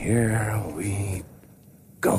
here we go.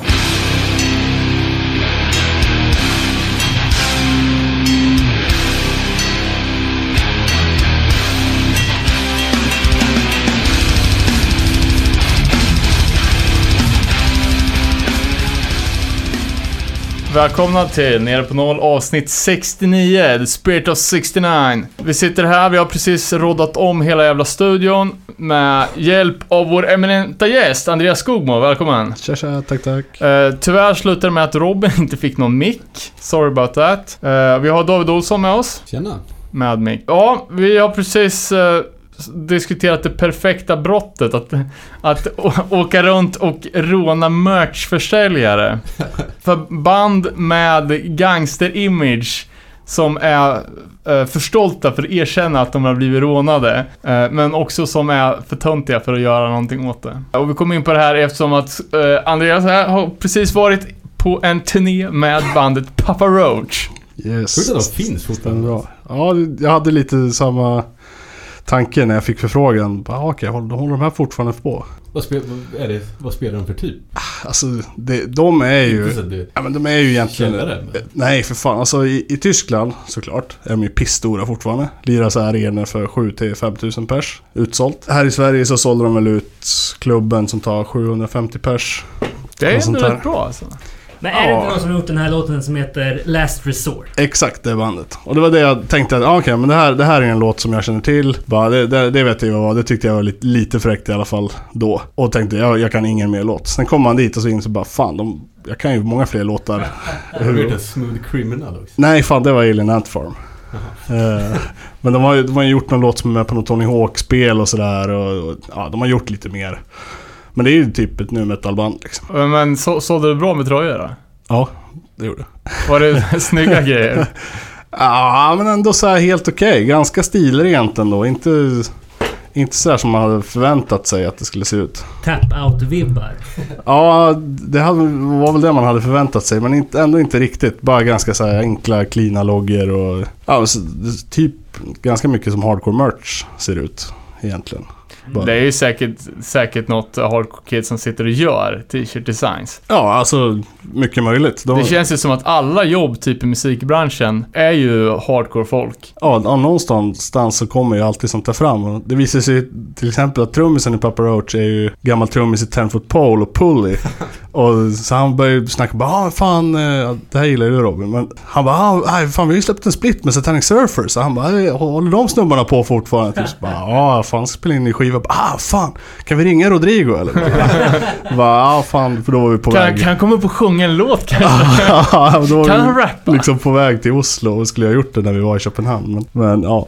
Välkomna till Nere på Noll avsnitt 69, The Spirit of 69. Vi sitter här, vi har precis roddat om hela jävla studion med hjälp av vår eminenta gäst, Andreas Skogmo. Välkommen. Tja, tack. Tyvärr slutade det med att Robin inte fick någon mick. Sorry about that. Vi har David Olsson med oss. Tjena. Med mick. Ja, vi har precis diskuterat det perfekta brottet, att åka runt och råna merchförsäljare. För band med gangster-image som är för stolta för att erkänna att de har blivit rånade, men också som är för töntiga för att göra någonting åt det. Och vi kommer in på det här eftersom att Andreas här har precis varit på en turné med bandet Papa Roach. Yes. Hur det finns fortfarande bra. Ja, jag hade lite samma tanke när jag fick förfrågan. Okej, håller de här fortfarande på? Vad spelar de för typ? Alltså, de är ju... Ja, men de är ju egentligen... Nej, för fan. Alltså, i Tyskland, såklart, är de ju pissstora fortfarande. Lirar så här arenor för 7-5 000 pers. Utsålt. Här i Sverige så sålde de väl ut klubben som tar 750 pers. Det är ändå rätt bra, alltså. Men är det inte någon som har gjort den här låten som heter Last Resort? Exakt, det bandet. Och det var det jag tänkte att okej, men det här är en låt som jag känner till. Bara, det vet jag vad var. Det tyckte jag var lite fräckt i alla fall då. Och tänkte jag kan ingen mer låt. Sen kom man dit och så in så bara fan, jag kan ju många fler låtar. Har du gjort en Smooth Criminal också? Nej, fan, det var Alien Ant Farm. Men de har ju gjort någon låt som är med på något Tony Hawk-spel och sådär. Och ja, de har gjort lite mer. Men det är ju typ ett nu metalband liksom. Men såg det bra med tröjor då? Ja, det gjorde. Var det snygga grejer? Ja, men ändå så här helt okej. Ganska stilrent ändå. Inte så här som man hade förväntat sig att det skulle se ut. Tap-out-vibbar. Ja, det var väl det man hade förväntat sig. Men ändå inte riktigt. Bara ganska så här enkla, cleana logger och ja, typ ganska mycket som hardcore merch ser ut egentligen. Det är ju säkert något hardcore kid som sitter och gör t-shirt designs. Ja, alltså mycket möjligt. Det känns ju som att alla jobb typ i musikbranschen är ju hardcore folk. Ja, någonstans så kommer ju alltid sånt där fram. Och det visar sig till exempel att trummisen i Papa Roach är ju gammal trummis i 10 Foot Pole och Pulley. Och så han började snacka bara, fan, det här gillar ju Robin. Men han bara, fan, vi har ju släppt en split med Satanic Surfer. Så han bara, håller de snubbarna på fortfarande? Typ bara, fan, spela in i skiva. Fan, kan vi ringa Rodrigo eller? Bara, fan, för då var vi på väg. Kan han komma upp och sjunga en låt kanske? Då kan han rappa? Liksom på väg till Oslo och skulle ha gjort det när vi var i Köpenhamn. Men ja.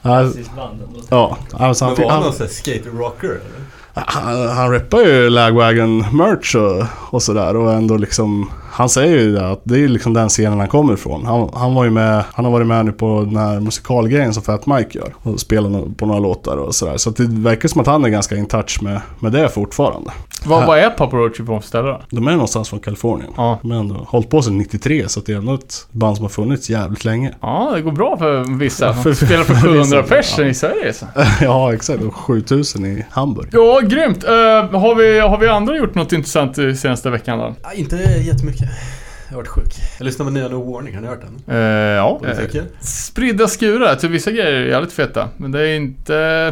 Ja, alltså men var han någon sån här skate rocker eller? Han rappar ju Lagwagon merch och sådär. Och ändå liksom, han säger ju att det är liksom den scenen han kommer ifrån. Han har varit med nu på den här musikalgrejen som Fat Mike gör och spelar på några låtar och sådär. Så att det verkar som att han är ganska in touch med det fortfarande. Vad är Papa Roach på ställe då? De är någonstans från Kalifornien. Ja. De har ändå hållit på sedan 93, så att det är ändå ett band som har funnits jävligt länge. Ja, det går bra för vissa. De spelar för 700 personer i Sverige så. Ja, exakt. Och 7000 i Hamburg. Ja, grymt. Har vi andra gjort något intressant i senaste veckan då? Ja, inte jättemycket. Jag har varit sjuk. Jag lyssnade på nya No Warning, har ni hört den? Ja. Spridda skurar, till vissa grejer är jävligt feta. Men det är inte...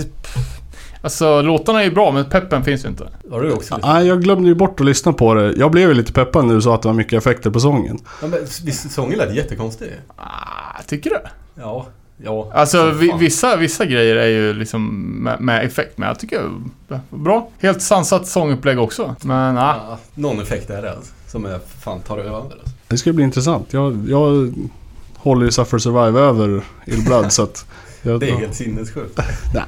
Alltså, låtarna är ju bra, men peppen finns ju inte. Har du också Nej, jag glömde ju bort att lyssna på det. Jag blev ju lite peppad när du sa att det var mycket effekter på sången. Ja, men sången lät jättekonstig. Tycker du? Ja. Alltså, vissa grejer är ju liksom med effekt, men jag tycker bra. Helt sansat sångupplägg också. Men någon effekt är det alltså, som är fan tar över alltså. Det ska bli intressant. Jag håller ju Suffer Survive över Illblood så att... Det är helt sinnessjukt.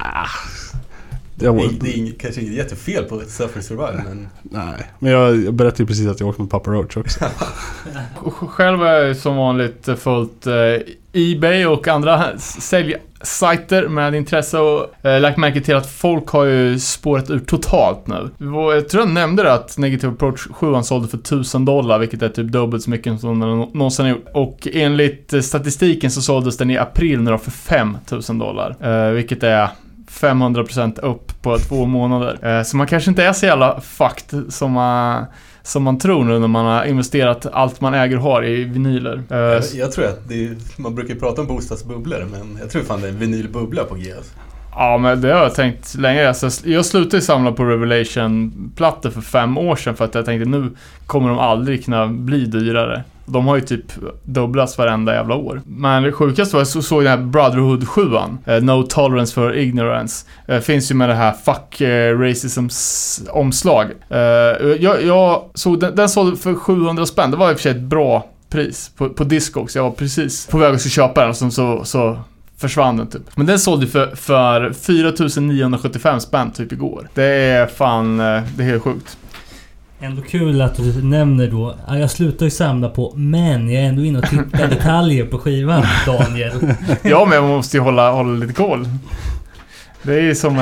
Det är kanske inget jättefel på Suffer Survive, men... Nej, men jag berättade ju precis att jag åkte med Papa Roach också. Själv är jag som vanligt fullt eBay och andra säljsajter med intresse och lagt märke till att folk har ju spårat ut totalt nu. Jag tror jag nämnde det att Negative Approach 7 sålde för $1,000, vilket är typ dubbelt så mycket som den någonsin gjort. Och enligt statistiken så såldes den i april nu för $5,000, vilket är 500% upp på 2 månader. Så man kanske inte är så jävla fucked som man tror nu när man har investerat allt man äger och har i vinyler. Jag tror att man brukar prata om bostadsbubblor, men jag tror fan det är vinylbubbla på G. Alltså. Ja, men det har jag tänkt länge. Alltså, jag slutade samla på Revelation-plattor för 5 år sedan för att jag tänkte nu kommer de aldrig kunna bli dyrare. De har ju typ dubblats varenda jävla år. Men det sjukaste var att jag såg den här Brotherhood 7an, No Tolerance for Ignorance. Finns ju med det här Fuck Racism-omslag. Jag såg den sålde för 700 spänn. Det var i och för sig ett bra pris på Discogs. Jag var precis på väg att köpa den och så försvann den typ. Men den sålde för 4975 spänn typ igår. Det är fan, det är helt sjukt. Ändå kul att du nämner då, jag slutar ju samla på, men jag är ändå inne och tittar detaljer på skivan, Daniel. Ja, men jag måste ju hålla lite koll. Det är ju som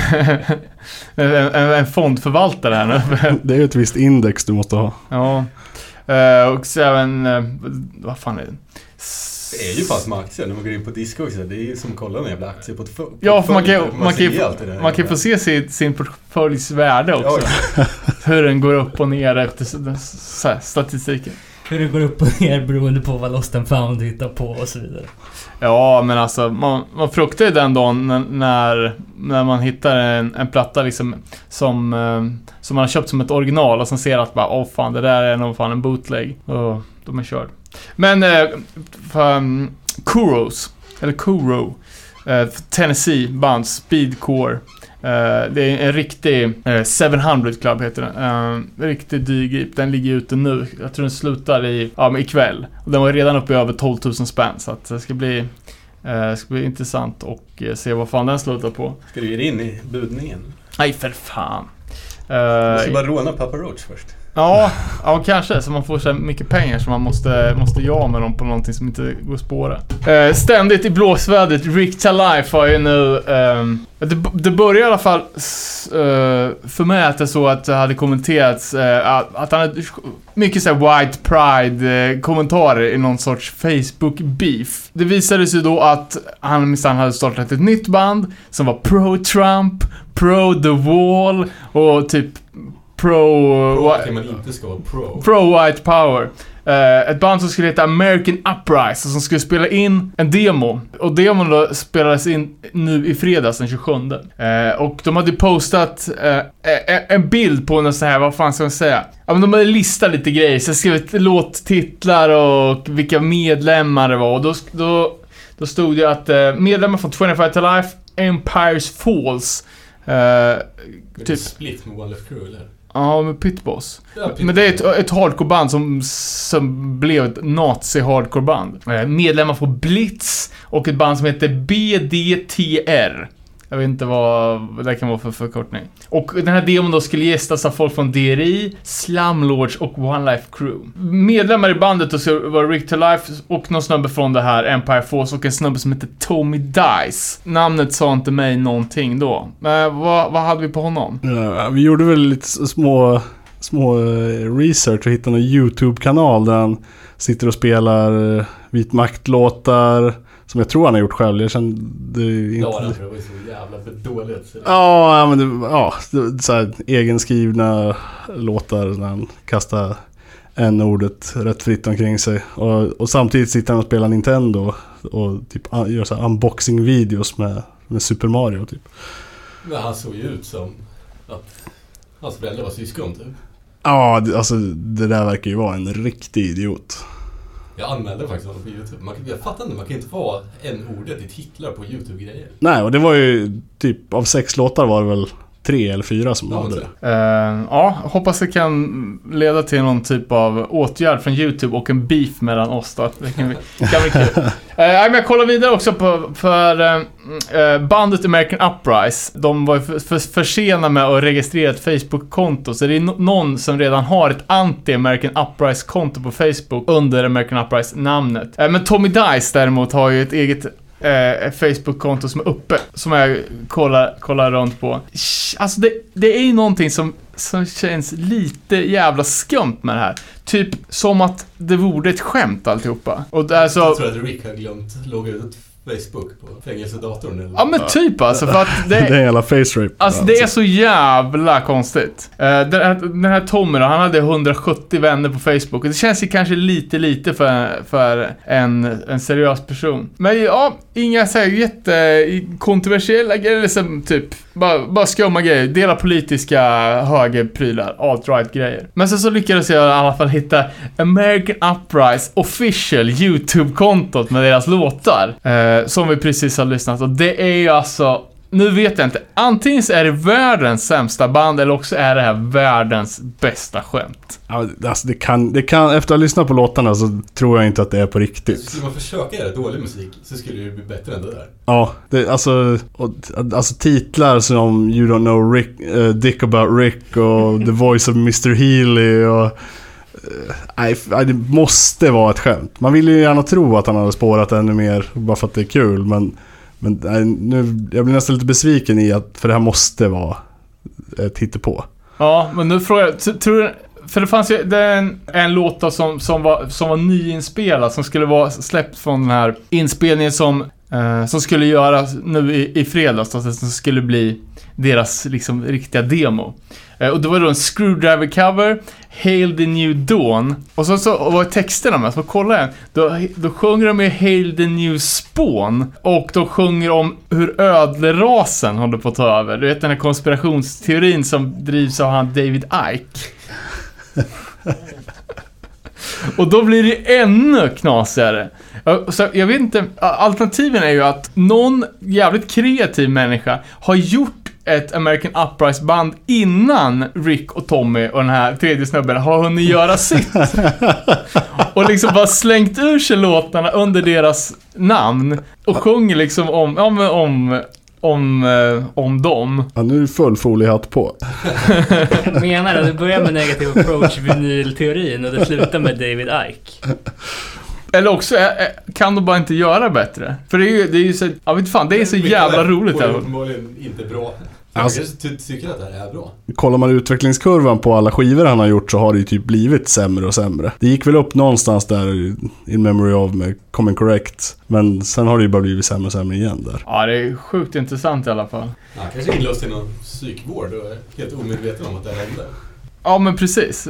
en fondförvaltare här nu. Det är ju ett visst index du måste ha. Ja. Och så även, vad fan är det? Det är ju fast med aktier när man går in på Discogs. Det är ju som att kolla en jävla aktie på ett ja, för man kan få se sin portföljs värde också. Ja. Hur den går upp och ner efter statistiken. Hur det går upp och ner beroende på vad Lost and Found hittar på och så vidare. Ja, men alltså man fruktar ju den dagen när man hittar en platta liksom som man har köpt som ett original och sen ser att bara, fan, det där är nog fan en bootleg. Och de är körd. Men Kuro, Tennessee band, Speedcore. Det är en riktig 700 Club heter den. En riktig dyrgrip. Den ligger ute nu. Jag tror den slutar ikväll. Och den var redan uppe i över 12 000 spänn. Så att det ska bli intressant och se vad fan den slutar på. Ska du ge in i budningen? Nej, för fan. Du ska bara råna Papa Roach först. Ja, kanske. Så man får så mycket pengar så man måste med dem på någonting som inte går att spåra. Ständigt i blåsvädret. Rick Talife har ju nu... Det började i alla fall för mig att det så att det hade kommenterats att han hade mycket så här white pride kommentarer i någon sorts Facebook beef. Det visade sig då att han minsann hade startat ett nytt band som var pro-Trump, pro-The Wall och typ pro man inte ska vara pro-white power. Ett band som skulle heta American Uprising som skulle spela in en demo. Och demon då spelades in nu i fredags den 27. Och de hade postat en bild på något så här, vad fan ska man säga? Ja, men de hade listat lite grejer. Så jag skrev låttitlar och vilka medlemmar det var. Och då stod det att medlemmar från 25 to Life, Empire's Falls. Typ split med One Left Crew eller? Ja, med Pitboss. Ja, men det är ett hardcore-band som blev ett nazi-hardcore-band. Medlemmar från Blitz och ett band som heter BDTR. Jag vet inte vad det kan vara för förkortning. Och den här demon då skulle gästas av folk från DRI, Slumlords och One Life Crew. Medlemmar i bandet då var Rick to Life och någon snubbe från det här Empire Force och en snubbe som heter Tommy Dice. Namnet sa inte mig någonting då. Vad hade vi på honom? Ja, vi gjorde väl lite små research och hittade en YouTube-kanal där han sitter och spelar Vit Makt-låtar som jag tror han har gjort själv. Jag kände inte... Ja, det var så jävla för dåligt. Ja, men det så här egenskrivna låtar när han kastar n-ordet rätt fritt omkring sig. Och samtidigt sitter han och spelar Nintendo och typ gör så här unboxing-videos med Super Mario typ. Men han såg ju ut som att hans föräldrar var syskon typ. Ja, alltså det där verkar ju vara en riktig idiot. Jag anmälde faktiskt honom på YouTube. Jag fattar inte, man kan inte få n-ordet i titlar på YouTube-grejer. Nej, och det var ju typ av 6 låtar var det väl 3 eller 4 som hade det. Ja, hoppas det kan leda till någon typ av åtgärd från YouTube och en beef mellan oss då. Det kan bli kul. Men jag kollar vidare också för bandet American Uprising. De var för sena med att registrera ett Facebook-konto. Så det är någon som redan har ett anti-American Uprising-konto på Facebook under American Uprising-namnet. Men Tommy Dice däremot har ju ett eget Facebook-konto som är uppe, som jag kollar runt på. Alltså det är ju någonting som känns lite jävla skumt med det här. Typ som att det vore ett skämt alltihopa. Och det är så... Jag tror att Rick har glömt logga ut Facebook på fängelsedatorn eller? Ja men typ alltså, för att Det är en jävla face rape. alltså det är så jävla konstigt. Den här Tommy då, han hade 170 vänner på Facebook. Det känns ju kanske lite för en seriös person. Men ja, inga så här jättekontroversiella grejer som typ bara skumma grejer. Dela politiska högerprylar, alt-right grejer. Men så lyckades jag i alla fall hitta American Uprising official YouTube-kontot med deras låtar. Som vi precis har lyssnat. Och det är ju alltså, nu vet jag inte, antingen så är det världens sämsta band eller också är det här världens bästa skämt. Ja, alltså det kan, efter att ha lyssnat på låtarna så tror jag inte att det är på riktigt. Skulle man försöka göra dålig musik så skulle det ju bli bättre än det där. Ja, alltså titlar som You Don't Know Dick About Rick och The Voice of Mr. Healy och det måste vara ett skämt. Man vill ju gärna tro att han hade spårat ännu mer bara för att det är kul, men nu, jag blir nästan lite besviken i att, för det här måste vara ett hittepå. Ja, men nu frågar jag, tror, för det fanns ju en låt som var nyinspelad, som skulle vara släppt från den här inspelningen som skulle göras nu i fredags, alltså, som skulle bli deras liksom riktiga demo. Och då var det en Screwdriver cover, Hail the New Dawn. Och så var texterna med, så kolla igen. Då sjunger de med Hail the New Spawn. Och de sjunger om hur ödlerasen håller på att ta över. Du vet den här konspirationsteorin som drivs av han David Icke. Och då blir det ännu knasigare. Så jag vet inte, alternativen är ju att någon jävligt kreativ människa har gjort ett American Uprising band innan Rick och Tommy och den här tredje snubben har hunnit göra sitt. Och liksom bara slängt ur sig låtarna under deras namn och sjunger liksom om dem. Ja, nu är det full foliehatt på. Menar du? Det börjar med negativ approach vinylteorin och det slutar med David Icke. Eller också kan de bara inte göra bättre. För det är ju så, jag vet fan, det är så jävla roligt det är uppenbarligen inte bra. Alltså, jag tycker att det här är bra. Kollar man utvecklingskurvan på alla skivor han har gjort så har det ju typ blivit sämre och sämre. Det gick väl upp någonstans där in memory of med Common Correct, men sen har det ju bara blivit sämre och sämre igen där. Ja, det är sjukt intressant i alla fall. Ja, kanske inlöst i någon psykvård och är helt omedveten om att det hände. Ja, men precis.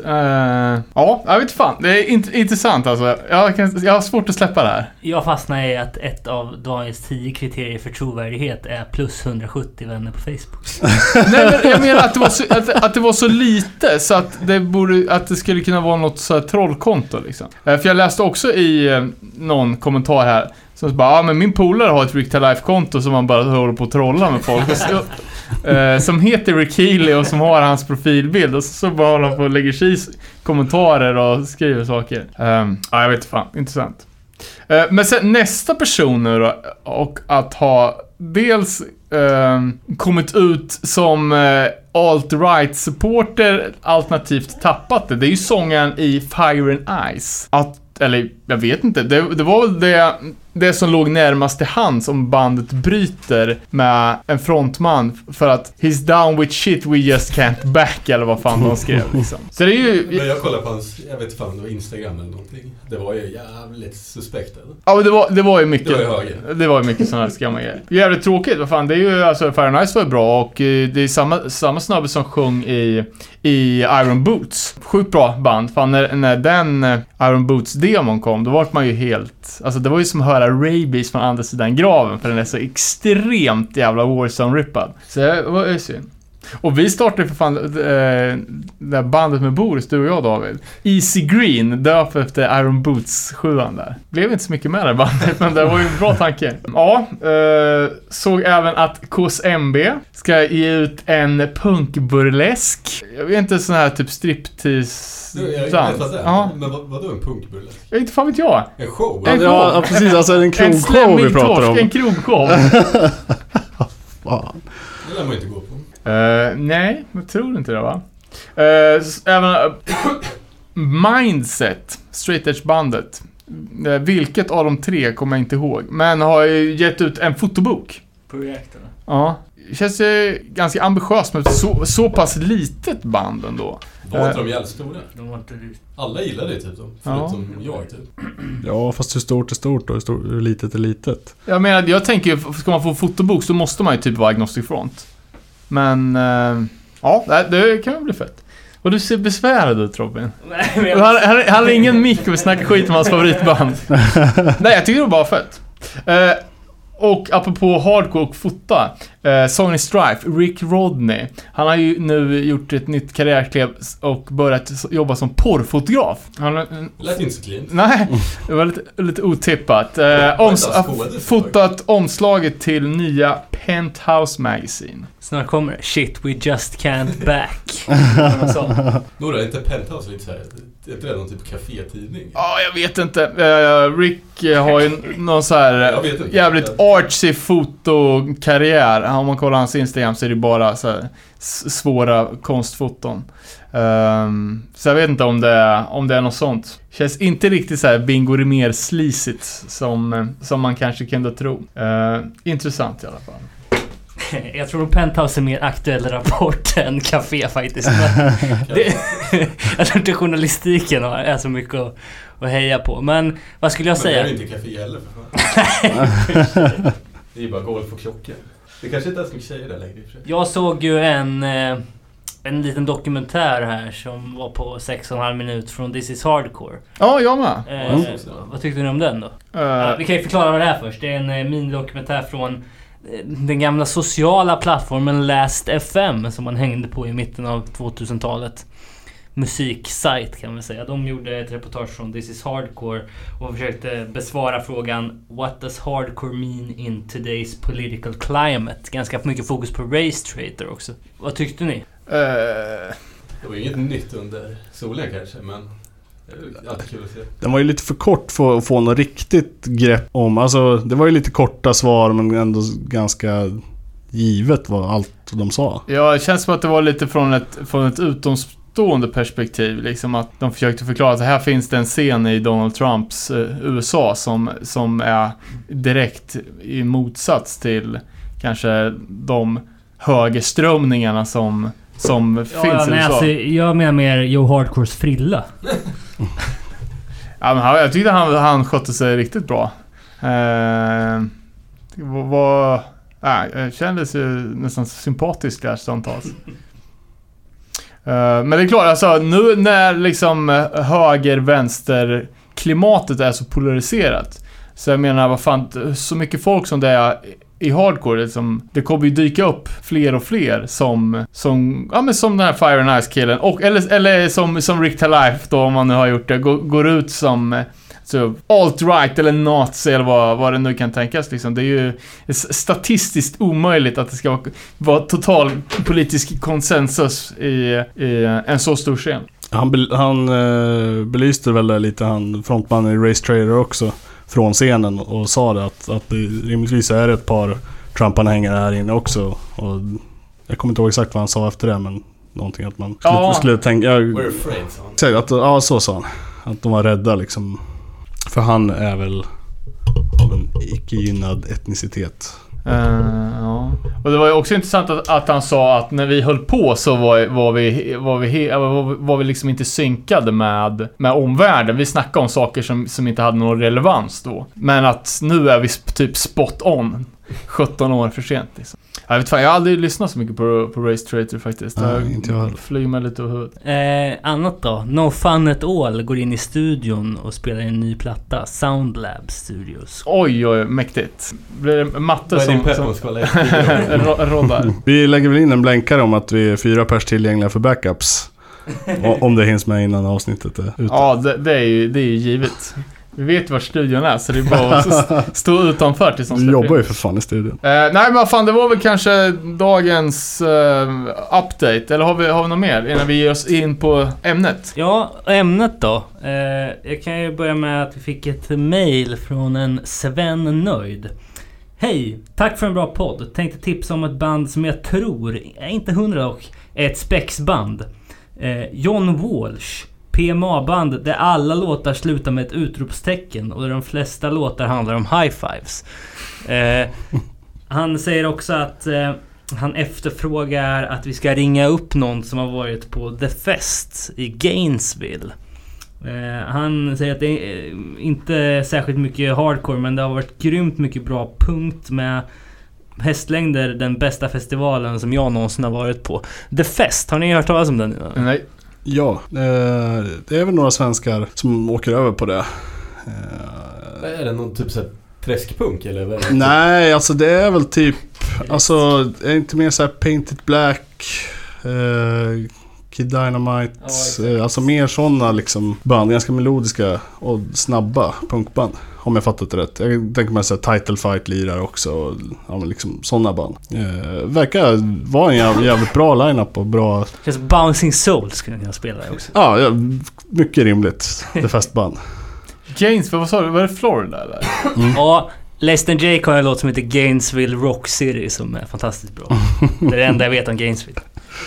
Ja, jag vet fan. Det är intressant alltså. Jag har svårt att släppa det här. Jag fastnar i att ett av dagens 10 kriterier för trovärdighet är plus 170 vänner på Facebook. Nej, men jag menar att det var så lite så att det skulle kunna vara något så här trollkonto liksom. För jag läste också i någon kommentar här som bara, men min polare har ett Rick to Life-konto som man bara håller på att trolla med folk. Som heter Rick Healy och som har hans profilbild. Och så bara håller han på och lägger sig i kommentarer och skriver saker. Ja, jag vet fan. Intressant. Men sen nästa person nu då, och att ha dels kommit ut som alt-right supporter alternativt tappat det. Det är ju sångaren i Fire and Ice. Eller jag vet inte, det var väl det som låg närmast till hands om bandet bryter med en frontman för att he's down with shit we just can't back, eller vad fan de skrev liksom. Så det är ju... Men jag kollade på hans, jag vet inte fan, det var Instagram eller någonting. Det var ju jävligt suspekt. Eller? Ja, men det var ju mycket. Det var ju mycket sådana här skamma grejer. Jävligt tråkigt, vad fan, det är ju alltså Fire and Ice var bra och det är samma snubbe som sjöng i Iron Boots. Sjukt bra band. Fan, när den Iron Boots-demon kom, då var man ju helt... Alltså det var ju som att höra Rabies från andra sidan graven, för den är så extremt jävla Warzone-rippad. Så det var synd. Och vi startade för fan det här bandet med Boris, du och jag, David. Easy Green, döp efter Iron Boots 7an där. Blev inte så mycket med det bandet, men det var ju en bra tanke. Ja, såg även att KSMB ska ge ut en punkburlesk. Jag vet inte, sån här typ striptease. Ja. Men vadå en punkburlesk? Jag vet inte, fan vet jag. En show? Ja, precis, alltså en krogshow vi pratar om. En krogshow. Fan. Det lär man inte gå på. Nej, jag tror inte det, va? Även Mindset, Straight Edge bandet. Vilket av de tre kommer jag inte ihåg. Men har ju gett ut en fotobok. Projekten. Ja. känns ju ganska ambitiöst med så pass litet band ändå. De var inte de jävligt stora. De var inte... Alla gillade det typ då, förutom jag typ. Ja, fast hur stort är stort och hur litet är litet? Jag tänker, ska man få fotobok så måste man ju typ vara Agnostic Front. Men, ja, det kan ju bli fett. Och du ser besvärad ut, Robin. Nej, Han har ingen mick och snackar skit om hans favoritband. Nej, jag tycker det var bara fett. Och apropå hardcore och fota, Sony Strife, Rick Rodney, han har ju nu gjort ett nytt karriärkliv och börjat jobba som porrfotograf. Lät inte så clean. Nej, det var lite otippat. Fotat omslaget till nya Penthouse Magazine. Snart kommer Shit We Just Can't Back. Då är inte Penthouse lite så här. Det är redan typ kafétidning. Ja, jag vet inte. Rick har ju någon så här jävligt artsy fotokarriär. Om man kollar hans Instagram så är det bara så här svåra konstfoton. Så jag vet inte om det är något sånt. Känns inte riktigt så här Bingo Rimér slisigt som man kanske kunde tro. Intressant i alla fall. Jag tror att Penthouse är mer aktuell rapport än Café faktiskt. Jag tror inte journalistiken är så mycket att heja på. Men vad skulle jag säga? Det är inte Café heller för fan. Det är ju bara golf och klockan. Det kanske inte är så mycket tjejer där längre. Jag såg ju en liten dokumentär här som var på 6,5 minuter från This is Hardcore. Ja, jag med. Vad tyckte ni om den då? Vi kan ju förklara vad det är först. Det är en minidokumentär från den gamla sociala plattformen Last FM som man hängde på i mitten av 2000-talet. Musiksajt kan man säga. De gjorde ett reportage från This is Hardcore och försökte besvara frågan What does hardcore mean in today's political climate? Ganska mycket fokus på race traitor också. Vad tyckte ni? Det var inget nytt under solen kanske, men alltid kul att se. Den var ju lite för kort för att få något riktigt grepp om. Alltså, det var ju lite korta svar men ändå ganska givet vad allt de sa. Ja, det känns som att det var lite från ett utomstående perspektiv. Liksom att de försökte förklara att här finns det en scen i Donald Trumps USA som är direkt i motsats till kanske de högerströmningarna som finns i USA. Alltså, jag menar mer Joe Hardcores frilla. Ja, men jag tyckte han skötte sig riktigt bra. Jag kändes ju nästan sympatisk där stundtals. Men det är klart, alltså, nu när liksom höger-vänster klimatet är så polariserat, så jag menar, vad fan, så mycket folk som det är i hardcore, liksom, det kommer ju dyka upp fler och fler som den här Fire and Ice-killen eller som Rick Talife då, om man nu har gjort det, går ut som så alt-right eller nazi eller vad det nu kan tänkas liksom. Det är ju statistiskt omöjligt att det ska vara total politisk konsensus i en så stor scen. Han belyste väl lite, han frontmannen i Race Trader också från scenen och sa det att det rimligtvis är ett par Trump-anhängare här inne också, och jag kommer inte ihåg exakt vad han sa efter det, men någonting att man skulle tänka... We're afraid, ja, så sa han. Att de var rädda liksom. För han är väl av en icke-gynnad etnicitet. Ja. Och det var ju också intressant att han sa att när vi höll på så var vi liksom inte synkade med omvärlden. Vi snackade om saker som inte hade någon relevans då. Men att nu är vi typ spot on 17 år för sent liksom. Jag vet fan, jag har aldrig lyssnat så mycket på Race Traitor faktiskt. Jag flyger mig lite över huvudet. Annat då? No Fun At All går in i studion och spelar en ny platta. Soundlab Studios. Oj, mäktigt. Blir det matte som roddar? Vi lägger väl in en blänkare om att vi är 4 pers tillgängliga för backups. Om det hinns med innan avsnittet är ute. Ja, det är ju givet. Vi vet var studion är, så det är bara att stå utanför tills de släpper. Du jobbar ju för fan i studion. Nej, men fan, det var väl kanske dagens update. Eller har vi något mer innan vi ger oss in på ämnet? Ja, ämnet då. Jag kan ju börja med att vi fick ett mail från en Sven Nöjd. Hej, tack för en bra podd. Tänkte tipsa om ett band som jag tror, inte 100 dock, är ett spexband. John Walsh. PMA-band där alla låtar slutar med ett utropstecken och där de flesta låtar handlar om high fives. Han säger också att Han efterfrågar att vi ska ringa upp någon som har varit på The Fest i Gainesville. Han säger att det är inte särskilt mycket hardcore, men det har varit grymt mycket bra punkt med hästlängder, den bästa festivalen som jag någonsin har varit på. The Fest, har ni hört talas om den? Nej. Ja, det är väl några svenskar som åker över på det. Är det någon typ så här träskpunk eller vad är det? Nej, alltså det är väl typ, alltså är inte mer så här Painted Black, Kid Dynamite, alltså mer sådana liksom band, ganska melodiska och snabba punkband, om jag fattat det rätt. Jag tänker mig så här Title Fight lirar också, och, ja, men liksom sådana band. Verkar vara en jävligt bra lineup och bra. Känns Bouncing Souls skulle kunna spela också. Ja, mycket rimligt. Det festband. Gainesville, vad sa du? Var det Florida eller? Ja, Lester Jake har en låt som heter Gainesville Rock City som är fantastiskt bra. Det är det enda jag vet om Gainesville.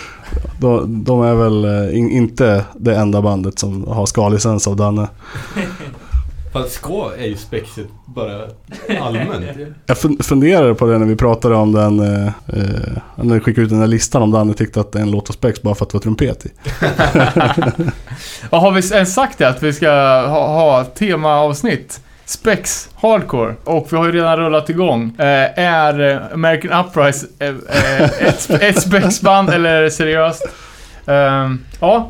De är väl inte det enda bandet som har skalicens av Danne. Fast ska är ju spexet bara allmänt. Jag funderade på det när vi pratade om den, när vi skickade ut den här listan, om Danne tyckte att det är en låt av spex bara för att det var trumpet i. Ja, har vi ens sagt det att vi ska ha temaavsnitt? Spex Hardcore, och vi har ju redan rullat igång. Är American Uprising ett spexband eller är det seriöst? Ja,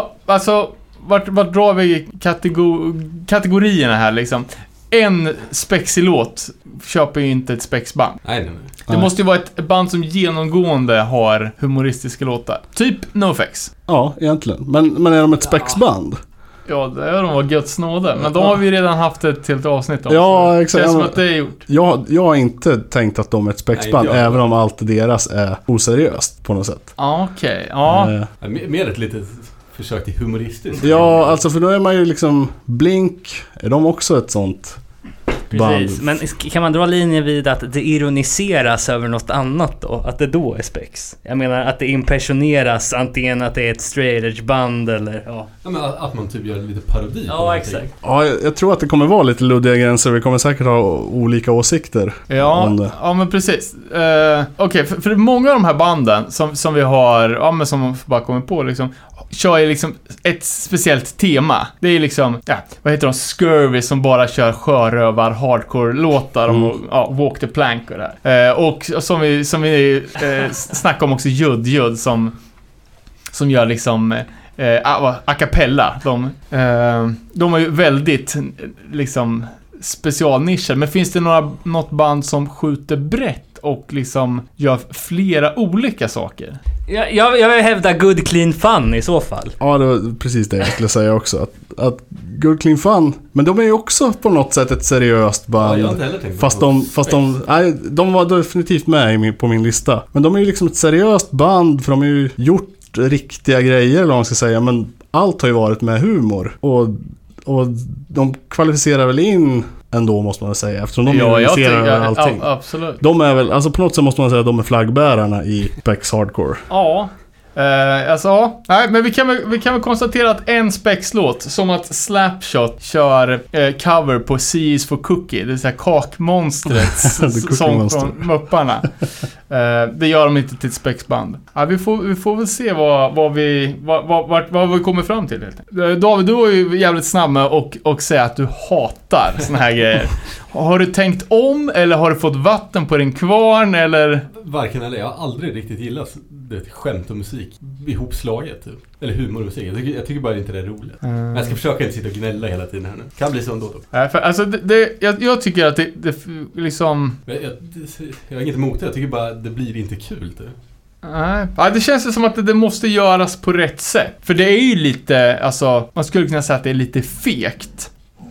vart drar vi kategorierna här liksom? En spexig låt köper ju inte ett spexband. Nej. Det måste ju vara ett band som genomgående har humoristiska låtar. Typ NoFX. Ja, egentligen. Men är de ett spexband? Ja, det är de var gött snåde. Men de har vi redan haft ett helt avsnitt om. Ja, exakt. Det känns som att det är gjort. Jag har inte tänkt att de är ett spexband, även om allt deras är oseriöst på något sätt. Okej, ja. Mer ett litet försök till humoristiskt. Ja, alltså för då är man ju liksom Blink, är de också ett sånt band? Precis, men kan man dra linjer vid att det ironiseras över något annat då? Att det då är spex? Jag menar att det impressioneras, antingen att det är ett straight edge band eller ja, men att man typ gör lite parodi. Ja, exakt. Ja, jag tror att det kommer vara lite luddiga gränser. Vi kommer säkert ha olika åsikter om det. Ja, men precis. Okej, för många av de här banden som vi har, ja, men som bara kommer på liksom, kör ju liksom ett speciellt tema. Det är liksom, ja, vad heter de? Scurvy som bara kör sjörövar hardcore-låtar om Walk the Plank och det här. Och som vi snackade om också Judd som gör liksom a cappella. De är ju väldigt liksom specialnischer. Men finns det något band som skjuter brett och liksom gör flera olika saker? Jag vill hävda Good Clean Fun i så fall. Ja, det var precis det jag skulle säga också. Att Good Clean Fun, men de är ju också på något sätt ett seriöst band. Ja, jag har inte heller tänkt fast de var definitivt med på min lista. Men de är ju liksom ett seriöst band, för de har ju gjort riktiga grejer, eller vad man ska säga. Men allt har ju varit med humor. Och de kvalificerar väl in ändå, måste man säga, eftersom de organiserar allting. Absolut. De är väl, alltså på något sätt måste man säga att de är flaggbärarna i Spex Hardcore. Ja. Nej, men vi kan väl konstatera att en Spex-låt, som att Slapshot kör cover på C is for Cookie, det är så här kakmonstrets sång från Mupparna. Det gör de inte till ett Spex-band. Ja, vi får väl se vad vi kommer fram till. David, du var ju jävligt snabb med och säga att du hatar såna här grejer. Har du tänkt om, eller har du fått vatten på din kvarn, eller? Varken eller, jag har aldrig riktigt gillat det skämt och musik ihopslaget typ. Eller humor och musik. Jag tycker bara inte det är roligt. Men jag ska försöka inte sitta och gnälla hela tiden här nu. Kan bli så ändå då. Alltså jag tycker att det liksom... Jag har inget emot det. Jag tycker bara att det blir inte kul typ. Nej, det känns som att det måste göras på rätt sätt. För det är ju lite, alltså, man skulle kunna säga att det är lite fegt.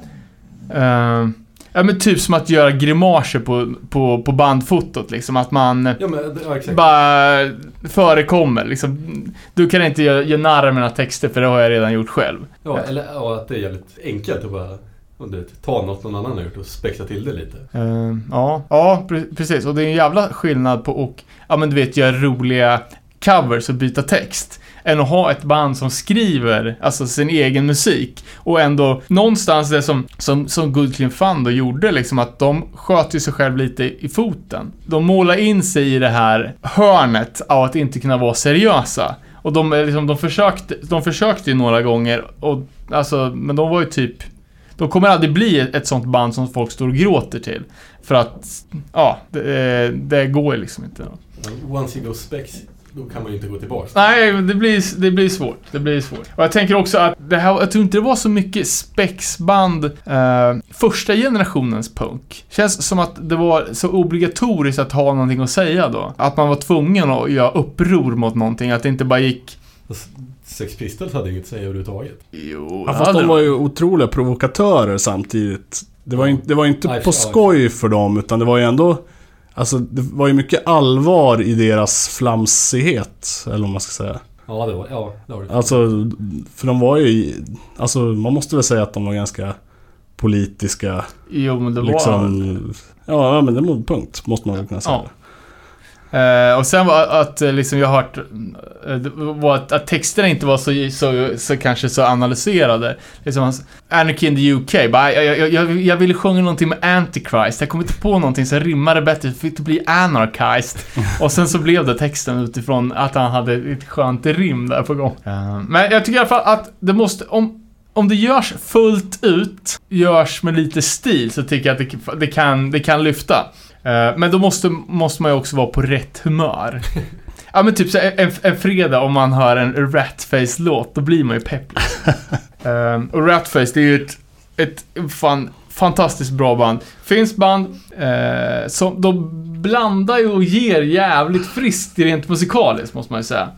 Ja, men typ som att göra grimaser på bandfotot liksom, att man bara förekommer liksom. Du kan inte göra narr med mina texter, för det har jag redan gjort själv. Ja, eller att det är jävligt enkelt att bara ta något någon annan har gjort och spexa till det lite. Ja, precis. Och det är en jävla skillnad på och, ja, men du vet, göra roliga covers och byta text. än att ha ett band som skriver alltså sin egen musik. Och ändå någonstans det som Good Clean Fun då gjorde liksom, att de sköt ju sig själv lite i foten. De målar in sig i det här hörnet av att inte kunna vara seriösa. Och de försökte ju några gånger och alltså, men de var ju typ, de kommer aldrig bli ett sånt band som folk står och gråter till. För att, ja, det går liksom inte. Once you go specs, då kan man ju inte gå tillbaka. Nej, det blir svårt. Det blir svårt. Och jag tänker också att det här, jag tror inte det var så mycket spexband första generationens punk. Känns som att det var så obligatoriskt att ha någonting att säga då. Att man var tvungen att göra uppror mot någonting. Att det inte bara gick... Sex Pistols hade inget att säga överhuvudtaget. Jo, ja, fast de var ju otroliga provokatörer samtidigt. Det var inte på skoj för dem, utan det var ju ändå... Alltså, det var ju mycket allvar i deras flamsighet, eller vad man ska säga. Ja, det var det. Alltså, för de var ju... Alltså, man måste väl säga att de var ganska politiska. Jo, men det var... Liksom, ja, men det var punkt, måste man väl kunna säga. Ja. Och sen var att liksom jag har hört var att texterna inte var så kanske så analyserade. Liksom Anarchy in the UK. Jag ville sjunga någonting med Antichrist. Jag kom inte på någonting så rimmade bättre. Det fick det bli anarchized. Och sen så blev det texten utifrån att han hade ett skönt rim där på gång. Men jag tycker i alla fall att det måste... Om det görs fullt ut, görs med lite stil, så tycker jag att det kan lyfta. Men då måste man ju också vara på rätt humör. Ja, men typ så en fredag om man hör en Ratface-låt, då blir man ju pepp. Och Ratface, det är ju ett fantastiskt bra band. Finns band som de blandar ju och ger jävligt friskt rent musikaliskt, måste man ju säga.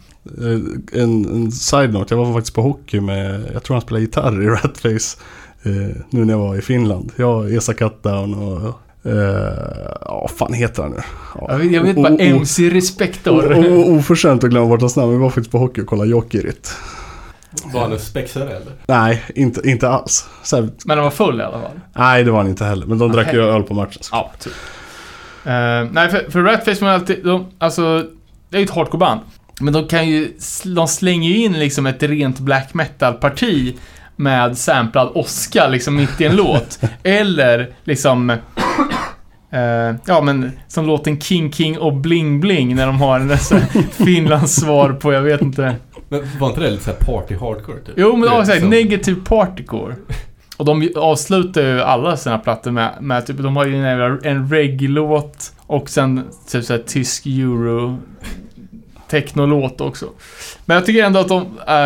En side note, jag var faktiskt på hockey med, jag tror han spelade gitarr i Ratface nu när jag var i Finland. Jag, Esa Cutdown och vad fan heter han nu? Ja. Jag vet bara MC Respektor. Oförskämt att glömma bort hans namn. Vi var faktiskt på hockey och kollade Jokerit. Var han en spexare eller? Nej, inte alls. Så, men han var full i alla fall? Nej, det var han inte heller. Men de drack ju öl på matchen. Ja, typ. Nej, för Ratface man alltid... Alltså, det är ju ett hardcore-band. Men de slänger ju in liksom ett rent black metal-parti med samplad Oscar liksom mitt i en låt. Eller liksom... ja, men som låten King och Bling Bling när de har en Finlands svar på, jag vet inte. Men var inte det lite så här party hardcore typ? Jo, men det var så här negativ partycore. Och de avslutar ju alla sina plattor med typ, de har ju en reggae-låt och sen typ så här tysk euro technolåt också. Men jag tycker ändå att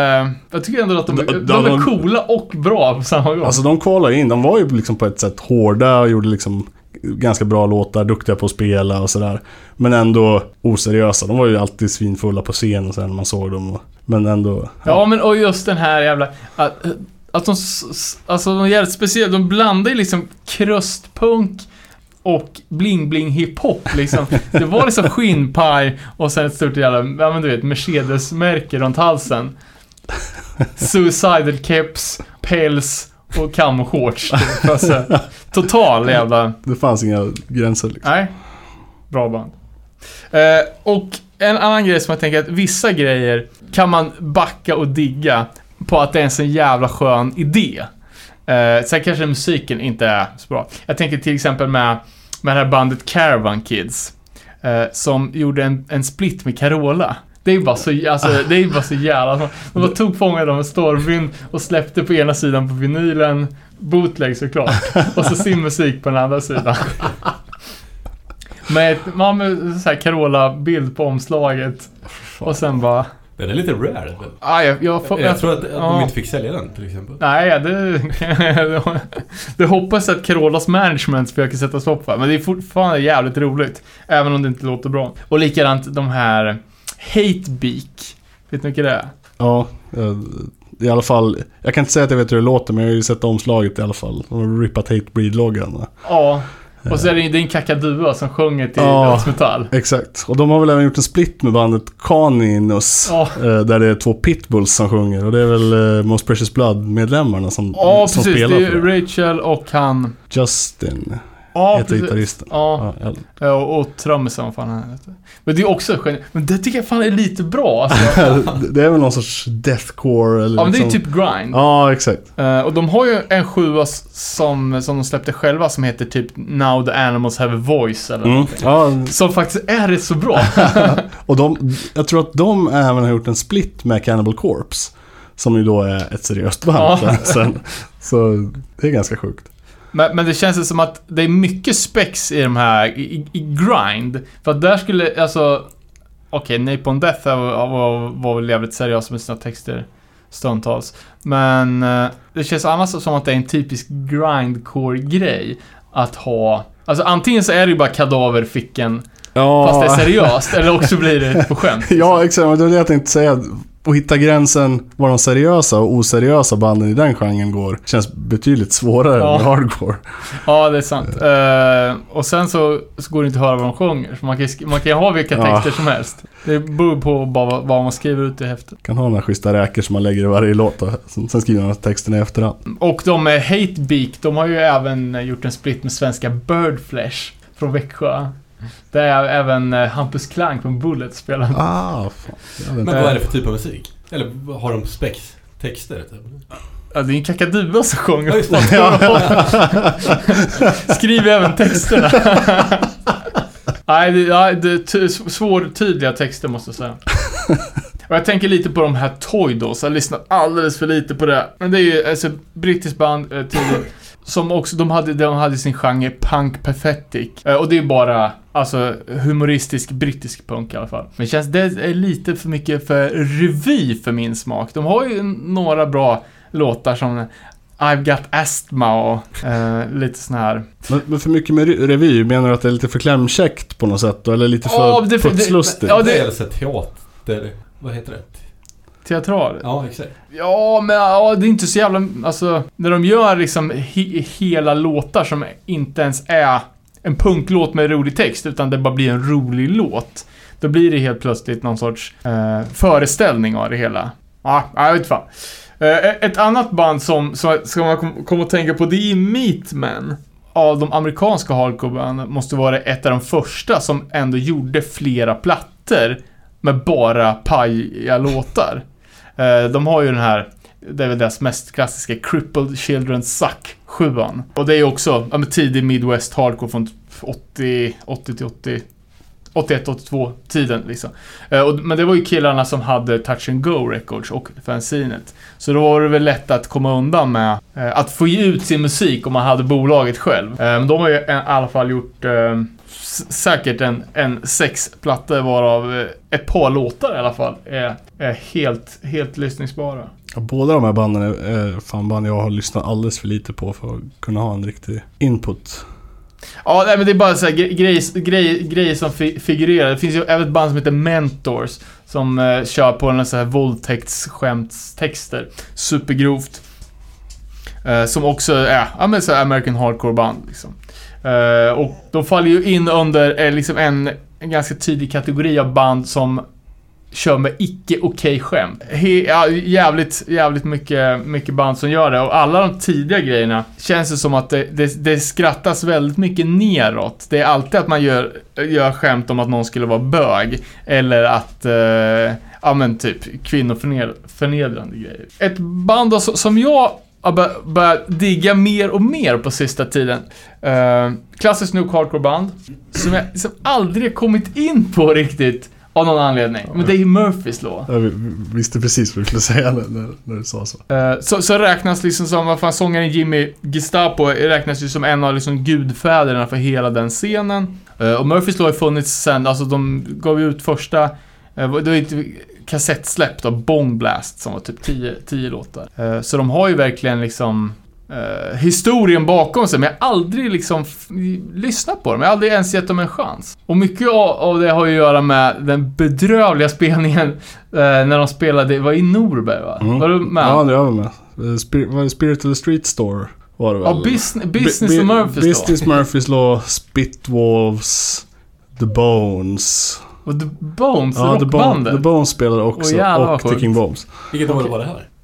de är coola och bra på samma gång. Alltså de kvalade in, de var ju liksom på ett sätt hårda och gjorde liksom ganska bra låtar, duktiga på att spela och sådär. Men ändå oseriösa. De var ju alltid svinfulla på scen och sen när man såg dem. Men ändå... Ja, men och just den här jävla... Att de är jävligt speciella. De blandar ju liksom krustpunk och bling-bling hiphop liksom. Det var liksom skinnpaj och sen ett stort jävla, ja men du vet, Mercedes-märke runt halsen. Suicidal caps, päls och camo shorts. Alltså, total jävla... Det fanns inga gränser liksom. Nej, bra band. Och en annan grej som jag tänker att vissa grejer kan man backa och digga på att det är en så jävla skön idé. Sen kanske musiken inte är så bra. Jag tänker till exempel med det här bandet Caravan Kids som gjorde en split med Carola. Det är bara så, alltså, det är bara så jävla... De bara tog fånga dem med stormvind och släppte på ena sidan på vinylen, bootleg såklart, och så sin musik på den andra sidan. Med så här Carola-bild på omslaget och sen bara... Den är lite rare. Jag tror att de inte fick sälja den till exempel. Nej, det hoppas att Carolas management försöker sätta stopp för. Men det är fortfarande jävligt roligt, även om det inte låter bra. Och likadant de här Hatebeak. Vet ni vilka det är? Ja, i alla fall. Jag kan inte säga att jag vet hur det låter, men jag har ju sett omslaget i alla fall. De har rippat Hatebreed-loggan. Ja. Och så är det en kakadua som sjunger till dödsmetall. Exakt. Och de har väl även gjort en split med bandet Caninus. Där det är 2 pitbulls som sjunger. Och det är väl Most Precious Blood-medlemmarna som precis, spelar. Ja, precis. Det är Rachel och han... Justin. heter gitarristen. Ja. Och trummisen, vad fan han heter. Men det är också men det tycker jag fan är lite bra alltså. Det är väl någon sorts deathcore eller men det är typ grind. Ja, exakt. Och de har ju en 7 som de släppte själva som heter typ Now the Animals Have a Voice eller någonting. Ja. Som faktiskt är rätt så bra. Och jag tror att de även har gjort en split med Cannibal Corpse, som ju då är ett seriöst band sen. Så det är ganska sjukt. Men det känns som att det är mycket spex i de här i grind. För att där skulle, alltså Napalm Death var väl jävligt seriös med sina texter stundtals. Men det känns annars som att det är en typisk grindcore-grej att ha. Alltså antingen så är det ju bara kadaverficken fast det är seriöst, eller också blir det på skämt. Ja, exakt. Det är det jag tänkte säga. Att hitta gränsen var de seriösa och oseriösa banden i den genren går känns betydligt svårare än hardcore. Ja, det är sant. Och sen så går det inte att höra vad de sjunger. Så man kan ha vilka texter som helst. Det beror på vad man skriver ut i häftet. Kan ha några schyssta räkor som man lägger i varje låt och sen skriver man texten i efterhand. Och de med Hatebeak, de har ju även gjort en split med svenska Birdflesh från Växjö. Det är även Hampus Klang från Bullet spelar. Fan. Men vad är det för typ av musik? Eller har de texter? Ja, det är en kakadua som sjunger. Skriv även texterna. Nej, det är svårtydliga texter måste jag säga. Och jag tänker lite på de här Toydos. Jag har lyssnat alldeles för lite på det. Men det är ju alltså brittiskt band tidigt. Som också, de hade sin genre punk pathetic. Och det är bara alltså humoristisk brittisk punk i alla fall. Men det är lite för mycket för revy för min smak. De har ju några bra låtar som I've Got Asthma och lite sån här. Men för mycket med revy, menar du att det är lite för klämkäckt på något sätt då? Eller lite för putslustigt? Ja, det är alltså teater. Vad heter det? Teatral. Ja, exakt. Ja, men det är inte så jävla. Alltså, när de gör liksom hela låtar som inte ens är en punklåt med rolig text, utan det bara blir en rolig låt, då blir det helt plötsligt någon sorts föreställning av det hela. Ja, jag vet fan. Ett annat band som ska man komma att tänka på, det är Meatmen. Av de amerikanska hardcore-banden måste vara ett av de första som ändå gjorde flera plattor med bara pajiga låtar. De har ju den här, det är väl deras mest klassiska Crippled Children Suck 7an. Och det är också tidig Midwest hardcore från 80 till 81-82 tiden liksom. Men det var ju killarna som hade Touch and Go Records och fanzinet. Så då var det väl lätt att komma undan med att få ut sin musik om man hade bolaget själv. Men de har ju i alla fall gjort säkert en 6 plattor, varav ett par låtar i alla fall är helt lyssningsbara. Ja, båda de här banden är fan band jag har lyssnat alldeles för lite på för att kunna ha en riktig input. Ja, nej, men det är bara så här grejer som figurerar. Det finns ju även ett band som heter Mentors som kör på en så här våldtäktsskämtstexter. Supergrovt. Som också är men så här American hardcore band liksom. Och de faller ju in under liksom en ganska tydlig kategori av band som kör med icke-okej skämt. Jävligt mycket band som gör det. Och alla de tidiga grejerna känns det som att det skrattas väldigt mycket neråt. Det är alltid att man gör skämt om att någon skulle vara bög. Eller att typ kvinnoförnedrande grejer. Ett band då, som jag börjat digga mer och mer på sista tiden. Klassisk nu hardcore band som jag liksom aldrig kommit in på riktigt av någon anledning. Men det är ju Murphys Law. Jag visste precis vad du skulle säga när du sa så. Så räknas liksom som, vad fan, sångaren Jimmy Gestapo räknas ju som en av liksom gudfäderna för hela den scenen. Och Murphys Law har funnits sen, alltså de gav ut första, det var inte kassettsläpp av Bong Blast som var typ 10 låtar. Så de har ju verkligen liksom historien bakom sig, men jag har aldrig liksom lyssnat på dem. Jag har aldrig ens gett dem en chans. Och mycket av det har ju att göra med den bedrövliga spelningen när de spelade, var i Norberg va? Var du med? Ja, det var med. Var det Spirit of the Street Store? Var det väl? Ja, Business Business Murphys Law, Spitwolves, The Bones. Och The Bones, ja, The Bones spelade också. Och The King Bombs. Vilket år var det här?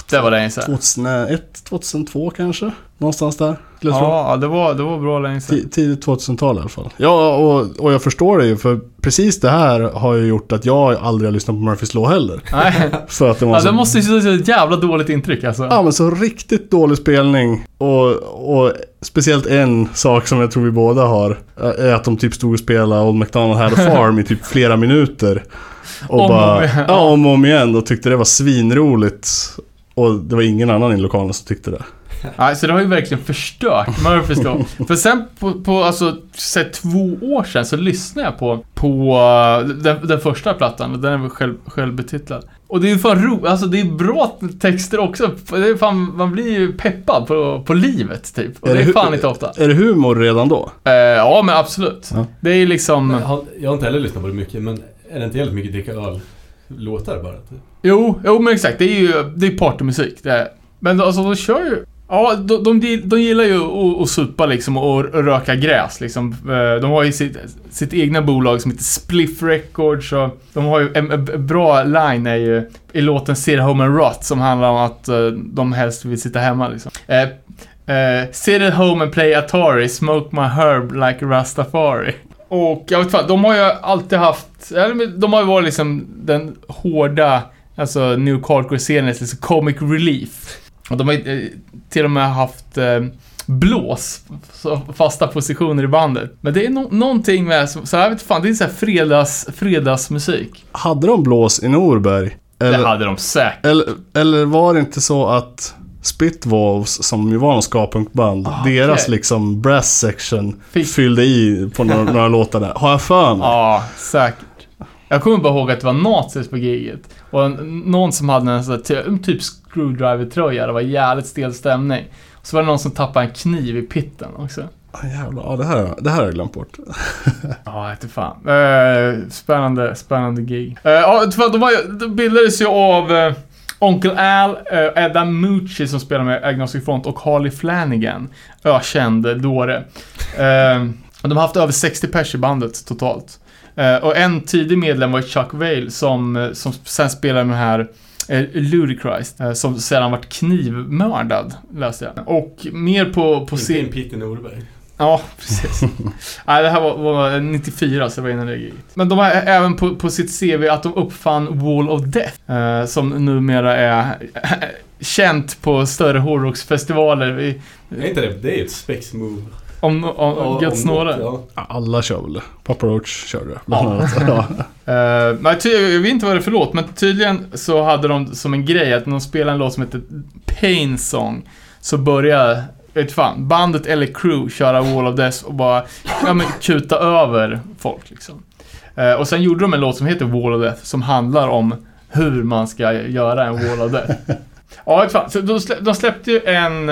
Det var länge sedan. 2001, 2002 kanske? Någonstans där. Ja, det var bra länge sedan. Tidigt 2000-tal i alla fall. Ja, och jag förstår det ju, för precis det här har ju gjort att jag aldrig har lyssnat på Murphys Law heller. Nej. För att det var det måste ju se ett jävla dåligt intryck alltså. Ja, men så riktigt dålig spelning. Och speciellt en sak som jag tror vi båda har är att de typ stod och spelade Old MacDonald Had a Farm i typ flera minuter. Och om och om igen. Och tyckte det var svinroligt. Och det var ingen annan i lokalen som tyckte det. Nej, så det har ju verkligen förstört Murphys Law. För sen på alltså 2 år sedan så lyssnade jag på den första plattan. Den är väl självbetitlad. Och det är ju fan alltså det är bra texter också. Det är fan, man blir ju peppad på livet typ. Och det är fan inte ofta. Är det humor redan då? Ja, men absolut. Ja. Det är liksom... Jag har inte heller lyssnat på det mycket, men är det inte helt mycket dricka öl-låtar bara? Typ? Jo, men exakt. Det är partymusik. Men alltså de kör ju... Ja, de gillar ju att supa liksom och röka gräs liksom. De har ju sitt egna bolag som heter Spliff Records, och de har ju en bra line är ju i låten Sit Home and Rot, som handlar om att de helst vill sitta hemma liksom. Sit at home and play Atari, smoke my herb like Rastafari. Och jag vet fan, de har ju alltid haft, de har ju varit liksom den hårda, alltså New Hardcore-scenens liksom comic relief. Och de har till och med haft blås, fasta positioner i bandet. Men det är någonting med, så jag vet fan, det är så här fredagsmusik. Hade de blås i Norberg? Eller, det hade de säkert. Eller var det inte så att Spitwolves, som ju var någon ska-punkband, deras liksom brass section fyllde i på några låtar där? Har jag för mig? Ja, säkert. Jag kommer bara ihåg att det var nazis på giget. Och någon som hade en sån där, typ screwdriver-tröja. Det var jävligt stel stämning. Och så var det någon som tappade en kniv i pitten också. Jävlar, ja, det här har jag glömt bort. Ja, inte fan. Spännande gig. De bildades ju av Onkel Al, Adam Mucci som spelar med Agnostic Front, och Harley Flanagan, ökänd dåre. De har haft över 60 pers i bandet totalt. Och en tidig medlem var Chuck Vale som sen spelade med här Ludacris, som sedan varit knivmördad, läste jag. Och mer på scen... Peter Norberg. Ja, precis. Nej, det här var 94, så det var innan det gick. Men de har även på sitt CV att de uppfann Wall of Death, som numera är känt på större hårdrocksfestivaler. Är inte det är ett spex move. Om gött snåre. Ja. Alla kör väl. Papa Roach körde det. Men jag vet inte vad det är för låt, men tydligen så hade de som en grej att när de spelade en låt som heter Pain Song, så började bandet eller crew köra Wall of Death och bara kuta över folk liksom. Och sen gjorde de en låt som heter Wall of Death, som handlar om hur man ska göra en Wall of Death. Ja, så de släppte ju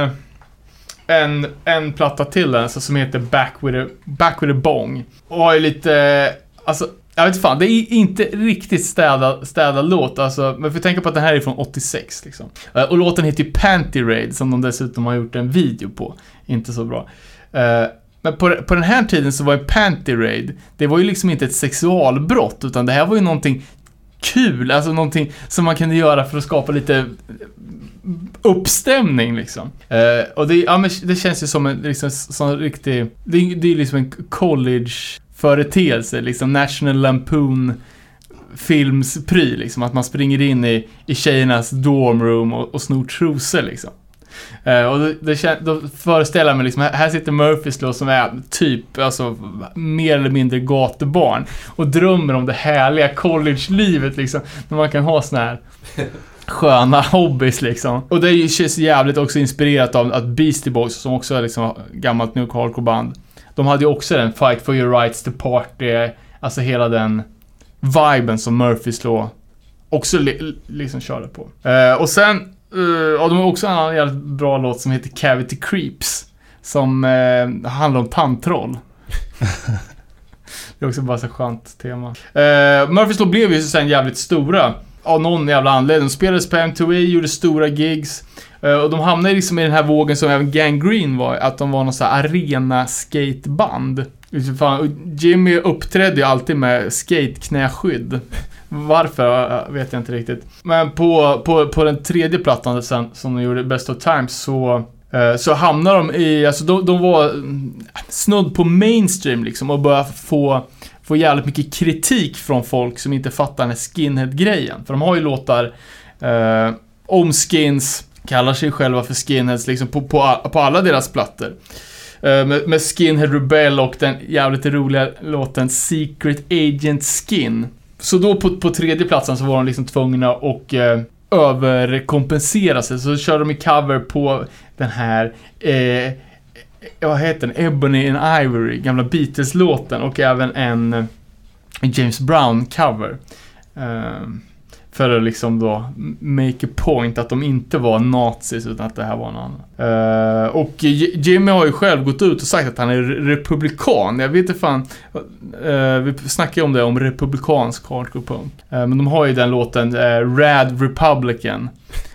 en platta till den, alltså, som heter Back with a Bong. Och är lite, alltså, jag vet fan, det är inte riktigt städad låt, alltså, men för att tänka på att den här är från 86 liksom. Och låten heter ju Panty Raid, som de dessutom har gjort en video på. Inte så bra. Men på den här tiden så var ju Panty Raid, det var ju liksom inte ett sexualbrott, utan det här var ju någonting kul, alltså någonting som man kunde göra för att skapa lite uppstämning liksom. Och det känns ju som en liksom, sån riktig, det är liksom en college-företeelse, liksom National Lampoon filmspry liksom, att man springer in i tjejernas dormroom och snor trosor liksom. Och då föreställer jag mig liksom, här sitter Murphys Law som är typ, alltså, mer eller mindre gatubarn och drömmer om det härliga college-livet liksom, när man kan ha såna här sköna hobbies liksom. Och det känns jävligt också inspirerat av att Beastie Boys, som också är liksom gammalt New Hardcore-band, de hade ju också den Fight for your rights to party, alltså hela den viben som Murphys Law också liksom körde på. Och sen de har också en jävligt bra låt som heter Cavity Creeps, som handlar om tandtroll. Det är också bara så skönt tema. Murphys Law blev ju sen jävligt stora av någon jävla anledning. De spelades på M2A, gjorde stora gigs. Och de hamnade liksom i den här vågen som även Gang Green var, att de var någon sån här arena skateband Jimmy uppträdde ju alltid med skate-knäskydd. Varför vet jag inte riktigt. Men på den tredje plattan sen, som de gjorde Best of Times, så hamnar de i, alltså de var snudd på mainstream liksom, och började få jävligt mycket kritik från folk som inte fattar den här skinhead-grejen. För de har ju låtar om skins, kallar sig själva för skinheads liksom, på alla deras plattor. Med Skinhead Rebel och den jävligt roliga låten Secret Agent Skin. Så då på tredje platsen så var de liksom tvungna att överkompensera sig. Så körde de i cover på den här vad heter den? Ebony and Ivory, gamla Beatles-låten, och även en James Brown cover. För att liksom då make a point att de inte var nazis utan att det här var en annan. Och Jimmy har ju själv gått ut och sagt att han är republikan. Jag vet inte fan, vi snackar ju om det, om republikansk hardcore punk. Men de har ju den låten Rad Republican.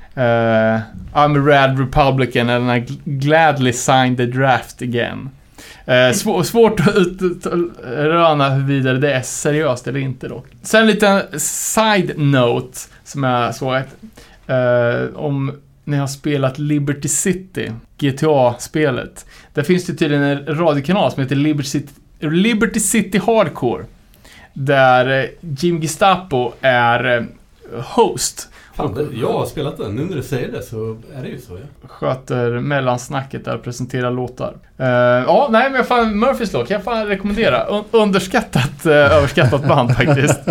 I'm a rad Republican and I gladly signed the draft again. Svårt att utröna huruvida det är seriöst eller inte då. Sen en liten side note som jag såg om ni har spelat Liberty City, GTA-spelet. Där finns det tydligen en radiokanal som heter Liberty City Hardcore, där Jim Gestapo är host. Jag har spelat den. Nu när du säger det så är det ju så, ja. Sköter mellansnacket där och presenterar låtar. Nej, men fan, Murphys låt kan jag fan rekommendera. Underskattat, överskattat band faktiskt.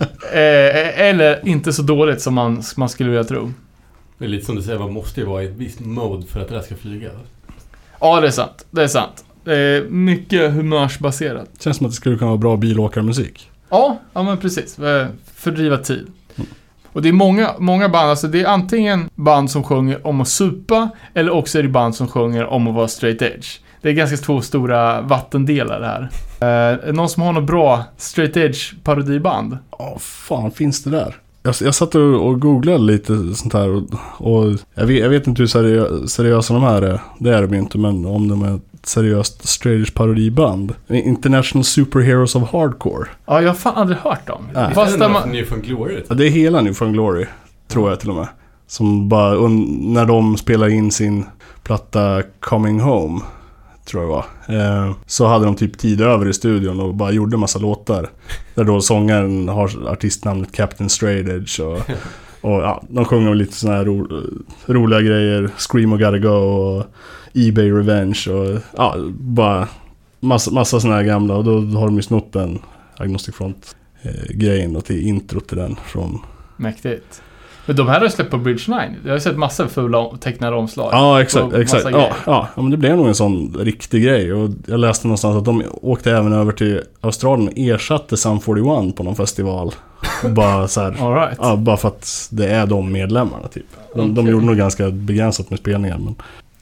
Eller inte så dåligt som man skulle vilja tro. Det är lite som du säger, man måste ju vara i ett visst mode för att det där ska flyga. Ja, det är sant. Det är mycket humörsbaserat. Känns som att det skulle kunna vara bra bilåkarmusik. Ja, men precis. Fördriva tid. Och det är många band, alltså det är antingen band som sjunger om att supa, eller också är det band som sjunger om att vara straight edge. Det är ganska två stora vattendelar det här. Någon som har något bra straight edge parodiband? Fan, finns det där? Jag satt och googlade lite sånt här och jag vet inte hur seriösa de här är. Det är de inte, men om de är ett seriöst straight edge parodiband. International Superheroes of Hardcore. Ja, jag har fan aldrig hört dem. Fast det New Found Glory. Ja, det är hela New Found Glory, tror jag till och med. Som bara, när de spelar in sin platta Coming Home, tror jag var, så hade de typ tid över i studion och bara gjorde massa låtar. Där då sångaren har artistnamnet Captain Straight Edge och ja, de sjunger lite såna här roliga grejer, Scream och Gotta Go och eBay Revenge och ja, bara massa såna här gamla, och då har de ju snott den Agnostic Front grejen och till intro till den från... Mäktigt. Men de här har släppt på Bridge 9. Jag har sett massa fula tecknade omslag. Ja, exakt. Ja, men det blev nog en sån riktig grej. Och jag läste någonstans att de åkte även över till Australien och ersatte Sum 41 på någon festival. Bara så här, all right. Ja, bara för att det är de medlemmarna typ. De gjorde nog ganska begränsat med spelningar, men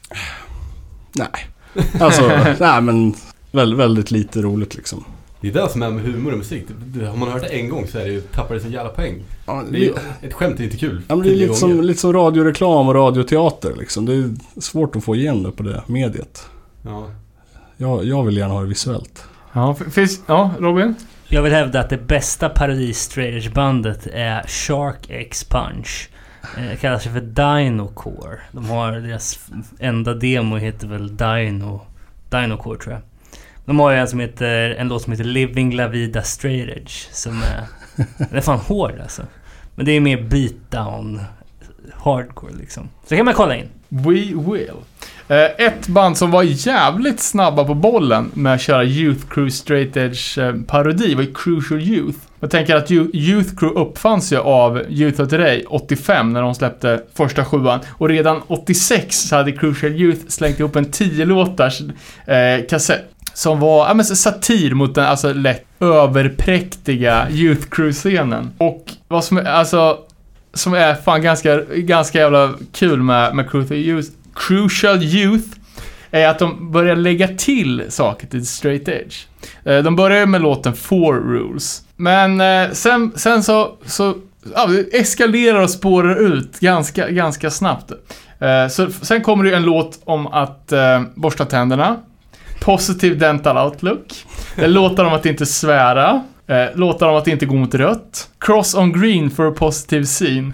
nej. Alltså, nej, men väldigt lite roligt liksom. Det är det som är med humor och musik. Har man hört det en gång så är det ju, tappar det så jävla poäng. Ja, det är ju, ett skämt är inte kul. Ja, men det är lite som radioreklam och radioteater liksom. Det är svårt att få igen det på det mediet. Ja. Jag vill gärna ha det visuellt. Ja, Robin? Jag vill hävda att det bästa parodi-straight-bandet är Shark X Punch. Det kallas sig för Dinocore. De har deras enda demo heter väl Dinocore, tror jag. De har ju en låt som heter Living La Vida Straight Edge, som är fan hård alltså. Men det är mer beatdown hardcore liksom. Så kan man kolla in. We will. Ett band som var jävligt snabba på bollen med att köra Youth Crew Straight Edge parodi var ju Crucial Youth. Jag tänker att Youth Crew uppfanns ju av Youth of Today 85 när de släppte första 7:an. Och redan 86 så hade Crucial Youth slängt ihop en 10-låtars kassett. Som var satir mot den alltså lätt överpräktiga Youth Crew-scenen. Och vad som är fan ganska jävla kul med Crucial Youth är att de börjar lägga till saker till straight edge. De börjar med låten Four Rules. Men sen så det eskalerar och spårar ut ganska snabbt. Så sen kommer det en låt om att borsta tänderna. Positive Dental Outlook. Det låter om att inte svära. Låter om att inte gå mot rött. Cross on green for a positive scene.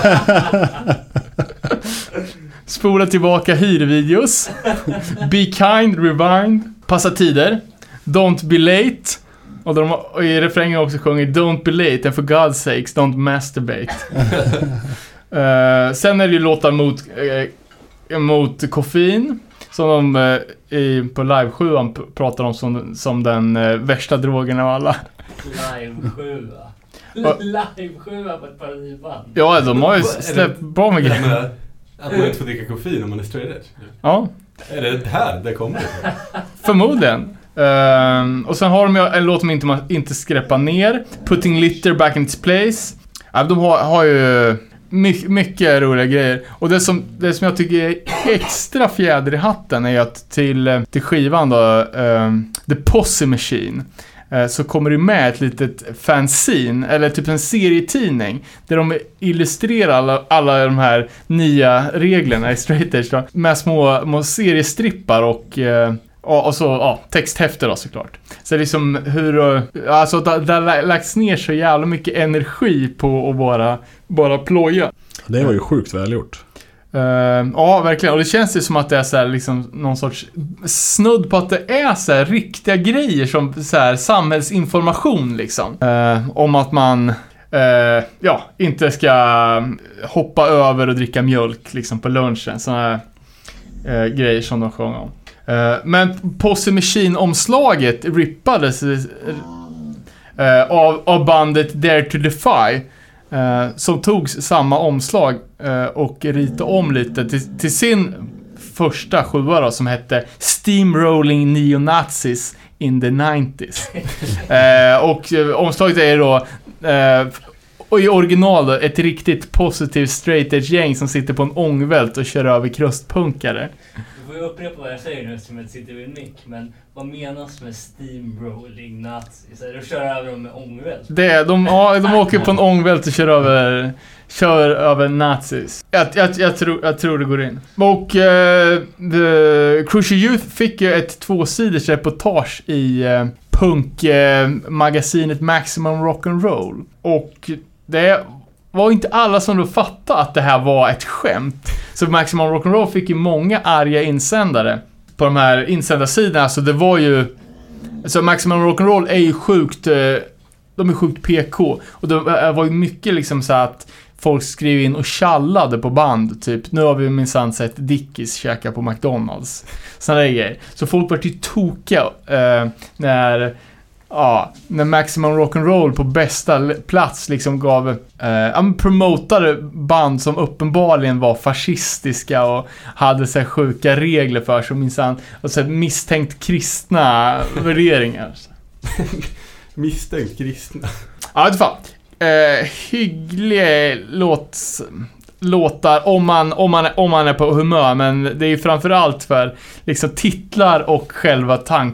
Spola tillbaka hyrvideos. Be kind, rewind. Passa tider. Don't be late. Och i refrängen också sjunger Don't be late and for God's sakes don't masturbate. Sen är det ju låtar mot koffein. Som de på Live 7 pratar om som den värsta drogen av alla. Live 7. Live 7 på ett paradiband. Ja, de har ju släppt bra med grejer. Att man inte får dricka koffein om man är straight edge. Ja. Är det här det kommer ifrån? Förmodligen. Och sen har de en låt som inte skräppa ner. Putting litter back in its place. De har ju mycket roliga grejer. Och det som jag tycker är extra fjäder i hatten är att till skivan då, The Posse Machine, så kommer det med ett litet fanzine, eller typ en serietidning, där de illustrerar alla de här nya reglerna i straight edge då, med små seriestrippar och så texthäfter då, såklart. Så liksom alltså det har lagts ner så jävla mycket energi på att bara plåga. Det var ju sjukt välgjort. Ja, verkligen. Och det känns ju som att det är så här, liksom någon sorts snudd på att det är så här riktiga grejer som så här samhällsinformation liksom. Om att man inte ska hoppa över och dricka mjölk liksom på lunchen. Såna grejer som de sjunger om. Men Posse Machine-omslaget rippades av bandet Dare to Defy, som tog samma omslag och ritade om lite till sin första skiva då, som hette Steamrolling Neonazis in the 90s. Och omslaget är då och i original då, ett riktigt positivt straight edge gäng som sitter på en ångvält och kör över krustpunkare. Du får ju upprepa vad jag säger nu som jag sitter vid en mick, men vad menas med steamrolling nazis? Du kör över dem med ångvält? De åker på en ångvält och kör över nazis. Jag tror det går in. Och Crucial Youth fick ju ett 2-siders reportage i punkmagasinet Maximum Rock'n'Roll. Och det var inte alla som då fattade att det här var ett skämt. Så Maximum Rock'n'Roll fick ju många arga insändare på de här insändarsidorna. Så det var ju... Så Maximum Rock'n'Roll är ju sjukt... De är sjukt PK. Och det var ju mycket liksom så att folk skrev in och tjallade på band. Typ, nu har vi minsann sett Dickies käka på McDonalds. Sådana grejer. Så folk var ju tokiga när Maximum Rock'n'Roll på bästa plats liksom gav promotade band som uppenbarligen var fascistiska och hade så här sjuka regler för sig, minsann, och så här misstänkt kristna värderingar. Misstänkt kristna. Ja, i alla fall. Hygglig låtar om man är på humör, men det är ju framförallt för liksom titlar och själva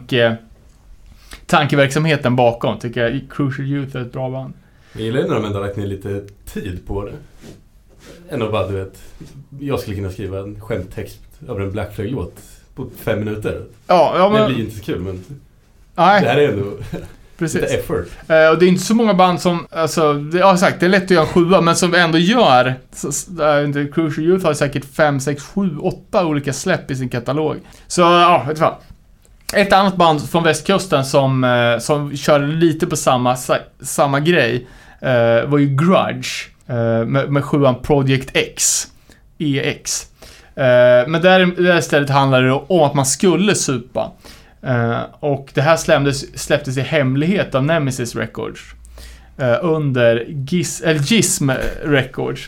tankeverksamheten bakom, tycker jag. Crucial Youth är ett bra band. Jag gillar när de ändå lagt ner lite tid på det. Ändå bara, du vet, jag skulle kunna skriva en skämttext över en Black Flag-låt på 5 minuter. Ja, men... Det blir inte så kul, men nej. Det här är ändå precis. lite effort. Och det är inte så många band som, alltså, det är lätt att göra en 7, men som ändå gör, Crucial Youth har säkert 5, 6, 7, 8 olika släpp i sin katalog. Så, vet du vad. Ett annat band från västkusten som körde lite på samma grej var ju Grudge med 7an Project X, EX. Men där istället handlade det om att man skulle supa. Och det här släpptes i hemlighet av Nemesis Records under GISM Records.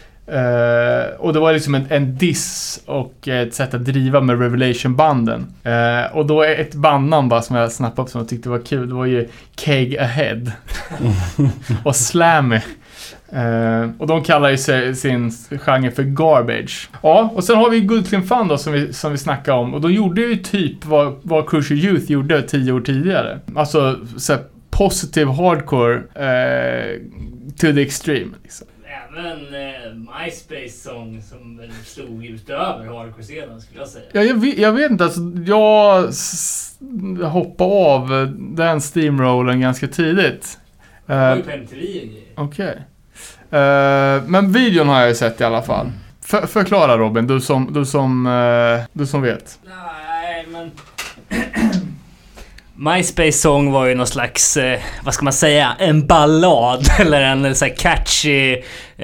Och det var liksom en diss och ett sätt att driva med Revelation-banden. Och då är ett bandnamn bara som jag snappade upp som jag tyckte var kul. Det var ju Keg Ahead och Slammy. Och de kallar ju sin genre för Garbage. Ja, och sen har vi Good Clean Fun då, som vi snackade om. Och de gjorde ju typ vad Crucial Youth gjorde 10 år tidigare. Alltså så positive hardcore to the extreme liksom. Men MySpace Song som väl slog utöver hardcore-scenen skulle jag säga. Ja, jag vet inte, alltså jag hoppade av den steamrollen ganska tidigt. Det var ju på MTV och grejer. Okej. Men videon har jag ju sett i alla fall. Förklara Robin, du som vet. Nej, men MySpace Song var ju någon slags, vad ska man säga, en ballad eller en så här catchy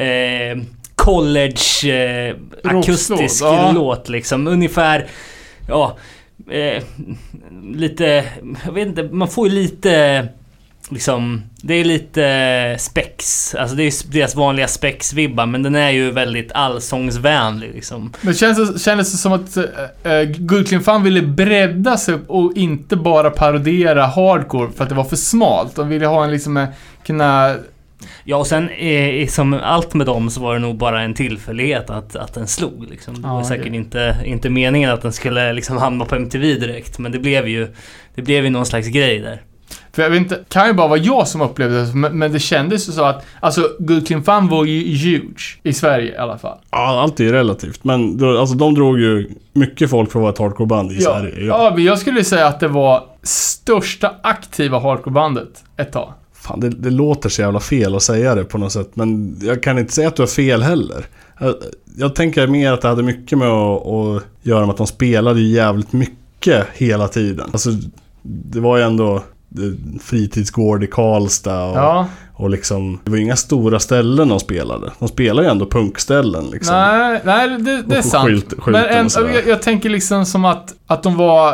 college akustisk låt liksom. Ungefär, ja, lite, jag vet inte, man får ju lite liksom, det är lite Spex, alltså det är deras vanliga Spex-vibbar, men den är ju väldigt allsångsvänlig liksom. Men kändes det som att Guldklint fan ville bredda sig och inte bara parodera hardcore för att det var för smalt. De ville ha en liksom kunna... Ja, och sen som allt med dem så var det nog bara en tillfällighet att den slog liksom. Det var säkert inte meningen att den skulle liksom hamna på MTV direkt, men det blev ju någon slags grej där. För jag vet inte, kan ju bara vara jag som upplevde det, men det kändes ju så att alltså Guldklint fan var ju huge i Sverige i alla fall. Ja, allt är ju relativt, men alltså de drog ju mycket folk för att vara ett hardcoreband i Sverige. Ja, men jag skulle säga att det var största aktiva hardcorebandet ett tag. Fan, det låter så jävla fel att säga det på något sätt, men jag kan inte säga att du har fel heller. Jag tänker mer att det hade mycket med att göra med att de spelade jävligt mycket hela tiden. Alltså, det var ju ändå fritidsgård i Karlstad och liksom, det var inga stora ställen de spelade. De spelade ju ändå punkställen liksom. Nej, det är sant. Men jag tänker liksom som att de var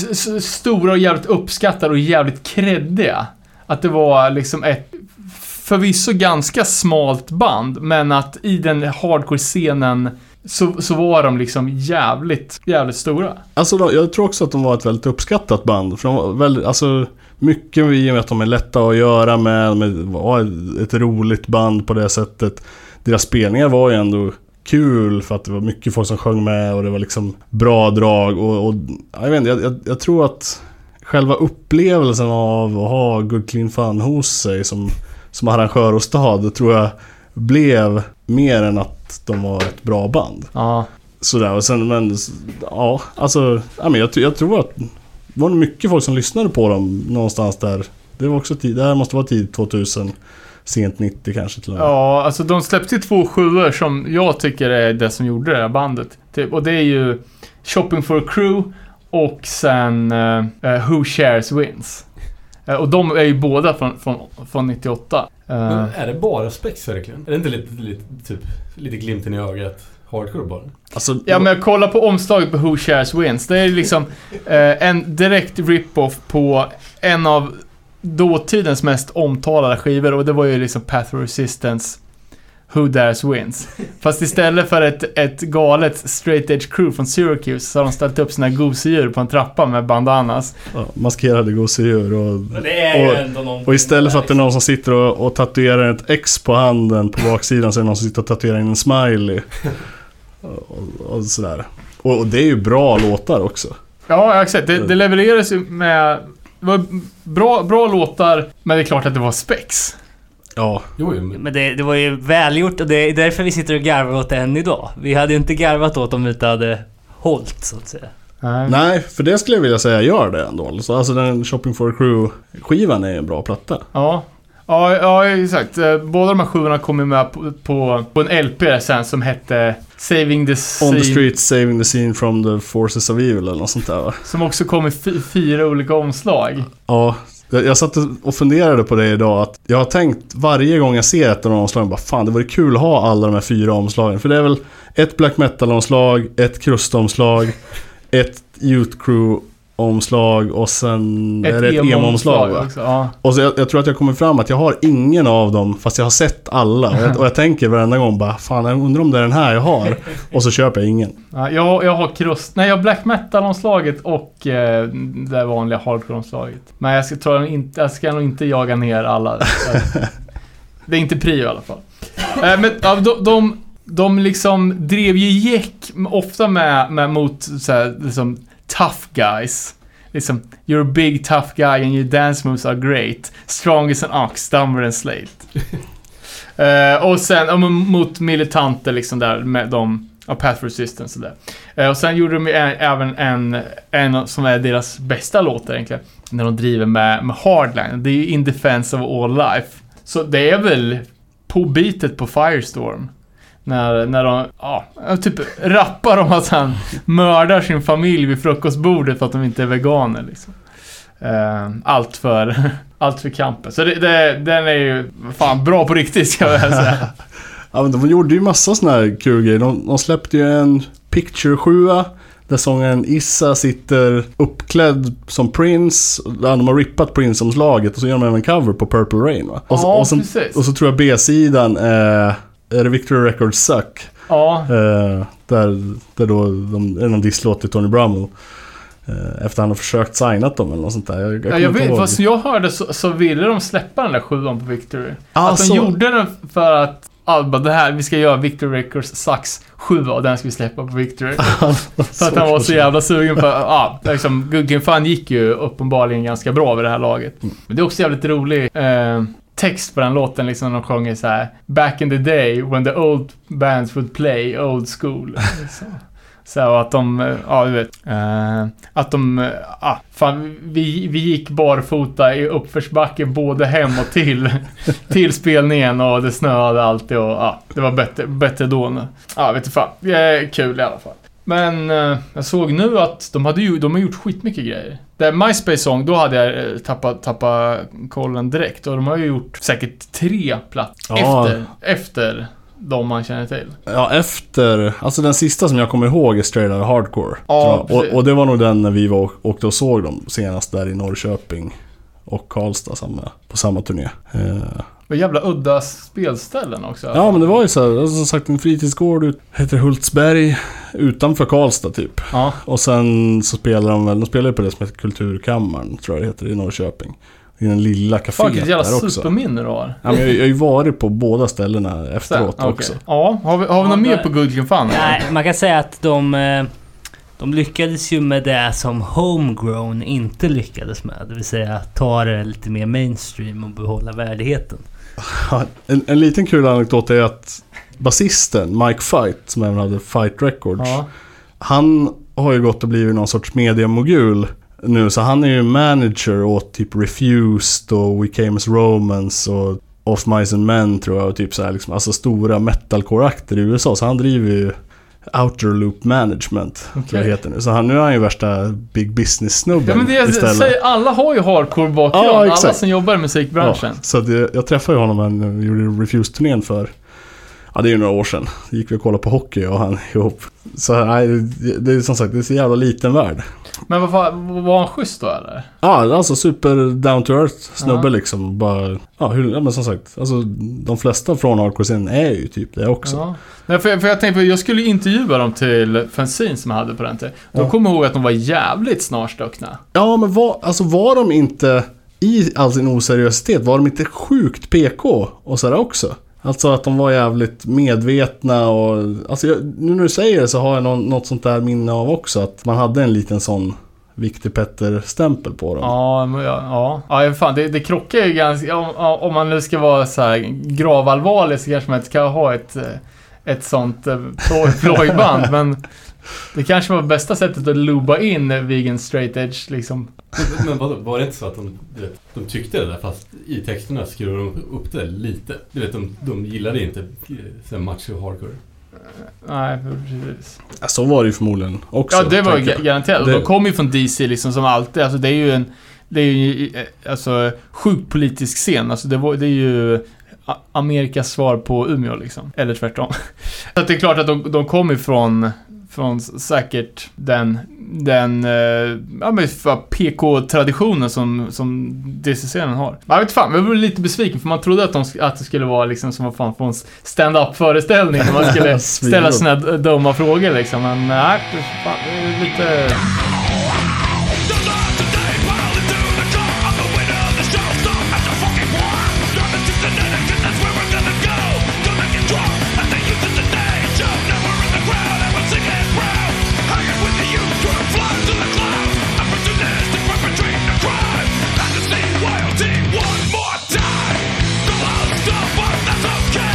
stora och jävligt uppskattade och jävligt kreddiga. Att det var liksom ett förvisso ganska smalt band, men att i den hardcore-scenen så var de liksom jävligt stora. Alltså jag tror också att de var ett väldigt uppskattat band. För de var väldigt, alltså mycket i och med att de är lätta att göra med var ett roligt band på det sättet. Deras spelningar var ju ändå kul för att det var mycket folk som sjöng med och det var liksom bra drag och jag vet inte, jag tror att själva upplevelsen av att ha Guldklint fan hos sig som arrangör och stad, tror jag blev mer än att de var ett bra band. Ja. Sådär, och sen, men ja, alltså, jag tror att det var mycket folk som lyssnade på dem någonstans där. Det var också det här måste vara tid 2000, sent 90 kanske till och med. Ja, alltså de släppte 2 7 som jag tycker är det som gjorde det här bandet. Typ. Och det är ju Shopping for a Crew och sen Who Shares Wins. Och de är ju båda från 98. Men är det bara Spex verkligen? Är det inte lite glimten i ögat hardcore bara? Alltså, ja, men jag kollar på omslaget på Who Shares Wins. Det är liksom en direkt rip-off på en av dåtidens mest omtalade skivor, och det var ju liksom Path of Resistance, Who Dares Wins. Fast istället för ett galet straight edge crew från Syracuse så har de ställt upp sina gosedjur på en trappa med bandanas. Ja, maskerade gosedjur och istället för att det är någon som sitter och tatuerar ett X på handen på baksidan, så är det någon som sitter och tatuerar in en smiley och sådär. Och det är ju bra låtar också. Ja, exakt. Det levereras ju med, det var bra låtar, men det är klart att det var Spex. Ja. Men det var ju välgjort, och det är därför vi sitter och garvar åt det än idag. Vi hade ju inte garvat åt om vi inte hade hållt, så att säga. Nej, för det skulle jag vilja säga gör det ändå. Så alltså den Shopping for a Crew-skivan är en bra platta. Ja, exakt. Båda de här skivorna kom ju med på en LP sen som hette Saving the Scene. On the Street, Saving the Scene from the Forces of Evil eller något sånt där, va? Som också kom i 4 olika omslag. Ja, jag satt och funderade på det idag, att jag har tänkt varje gång jag ser ett av de omslagen, bara fan, det vore kul att ha alla de här 4 omslagen. För det är väl ett black metal-omslag, ett krustomslag, ett Youth Crew-omslag och sen är det ett emo-omslag, va? Också, ja. Och så jag tror att jag kommer fram att jag har ingen av dem, fast jag har sett alla. Och jag tänker varenda gång bara, fan, jag undrar om det är den här jag har. Och så köper jag ingen. Ja, jag har jag har black metal-omslaget och det vanliga hardcore-omslaget. Men jag ska nog inte jaga ner alla. Det är inte prio i alla fall. Men de liksom drev ju gäck ofta med mot så här, liksom tough guys. Liksom, you're a big tough guy and your dance moves are great. Strong as an ox, dumber than slate. Och sen mot militanter liksom där med de Path Resistance och där. Och sen gjorde de även en som är deras bästa låt egentligen, när de driver med Hardline. Det är ju In Defense of All Life. Så det är väl på bitet på Firestorm. När de typ rappar om att han mördar sin familj vid frukostbordet för att de inte är veganer liksom. Allt för kampen. Så den är ju fan bra på riktigt, ska jag säga. Ja, men de gjorde ju massa såna här kul grejer. De släppte ju en Picture 7 där sångaren Issa sitter uppklädd som Prince. De har rippat Prince-omslaget och så gör de även en cover på Purple Rain, va? Och så tror jag B-sidan är det Victory Records Suck. Ja. Där då är någon disslåt till Tony Bramwell. Efter han har försökt signat dem eller något sånt där. Jag vet, fast jag hörde så ville de släppa den där 7:an på Victory. Att de gjorde den för att det här, vi ska göra Victory Records Sucks 7 och den ska vi släppa på Victory. För att han var så jävla sugen på liksom, Guggen fan gick ju uppenbarligen ganska bra vid det här laget. Men det är också jävligt rolig text på den låten liksom, de sjunger så här: Back in the day when the old bands would play old school. Så att de, du vet, att de, vi gick barfota i uppförsbacke både hem och till spelningen, och det snöade alltid, och det var bättre då nu. Vet du fan, det är kul i alla fall. Men jag såg nu att de har gjort skitmycket grejer. Det är MySpace Song, då hade jag tappat kollen direkt, och de har ju gjort säkert 3 plattor efter de man känner till. Ja, efter... Alltså den sista som jag kommer ihåg är Straight Outta Hardcore. Ja, och det var nog den när vi åkte och såg dem senast där i Norrköping och Karlstad på samma turné. Och jävla udda spelställen också. Ja, men det var ju så här, som sagt, en fritidsgård heter Hultsberg utanför Karlstad typ. Ja. Och sen så spelar de spelar på det som heter Kulturkammaren, tror jag det heter, i Norrköping. I den lilla kaféet där också. Vilket jävla superminne du har. Ja, men jag har ju varit på båda ställena efteråt också. Ja, har vi något mer på Guggen fan? Nej, man kan säga att de lyckades ju med det som Homegrown inte lyckades med. Det vill säga ta det lite mer mainstream och behålla värdigheten. En liten kul anekdot är att basisten Mike Fight, som även hade Fight Records, han har ju gått och blivit någon sorts mediamogul nu, så han är ju manager åt typ Refused och We Came As Romans och Of Mice and Men, tror jag, och typ så här liksom, alltså stora metalcore-akter i USA, så han driver ju Outer Loop Management, tror jag heter nu. Så nu är han ju värsta big business-snubben. Ja, men det säger, alla har ju hardcore-bakgrund, alla som jobbar i musikbranschen. Ja, så jag träffade ju honom när vi gjorde Refused-turnén för... Ja, det är ju några år sedan. Då gick vi och kollade på hockey och han ihop. Så nej, det är som sagt, det är så jävla liten värld. Men var han schysst då, eller? Ja, alltså super down to earth snubbe liksom. Bara, men som sagt, alltså de flesta från hardcore-scenen är ju typ det också. Ja. Nej, för jag tänkte, jag skulle intervjua dem till fanzine som jag hade på den tiden. Då kommer jag ihåg att de var jävligt snarstuckna. Ja, men var de inte i all sin oseriositet, var de inte sjukt PK och sådär också? Alltså att de var jävligt medvetna och... Alltså nu när du säger det så har jag något sånt där minne av också. Att man hade en liten sån Victor Petter-stämpel på dem. Ja, fan, det krockar ju ganska... Om man nu ska vara så här gravallvarlig, så kanske man inte kan ha ett sånt plojband. Men det kanske var bästa sättet att luba in vegan straight edge liksom. Men var det inte så att de tyckte det där, fast i texterna skrev de upp det lite? Du vet, de gillade inte så macho hardcore. Nej, precis. Ja, så var det ju förmodligen också. Ja, det var garanterat. De kom ju från DC liksom, som alltid. Alltså det är ju alltså sjukt politisk scen. Alltså det är ju Amerikas svar på Umeå liksom. Eller tvärtom. Så att det är klart att de kom ifrån säkert den PK-traditionen som DC-scenen har. Jag vet fan, jag var lite besviken, för man trodde att det skulle vara liksom som vad fan från stand-up-föreställning när man skulle ställa såna dumma frågor liksom. Men nej, fan, det är lite... One more time, the love stuff, but that's okay.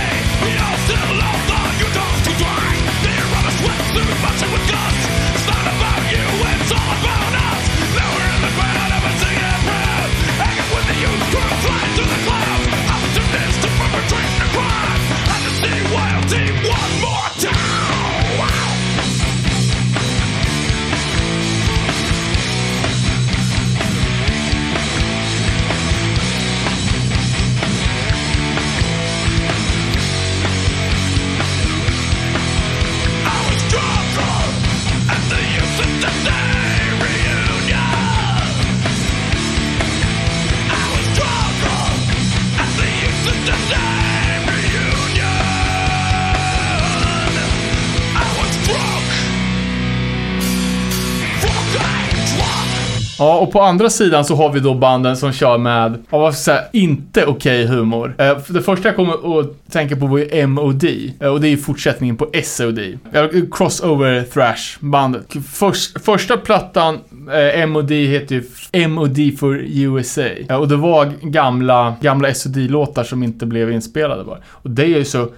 Ja, och på andra sidan så har vi då banden som kör med, vad ska jag säga, inte okej humor. Det första jag kommer att tänka på var ju MOD. Och det är ju fortsättningen på SOD. Crossover Thrash bandet. Första plattan, MOD, heter ju MOD for USA. Och det var gamla SOD-låtar som inte blev inspelade bara. Och det är ju så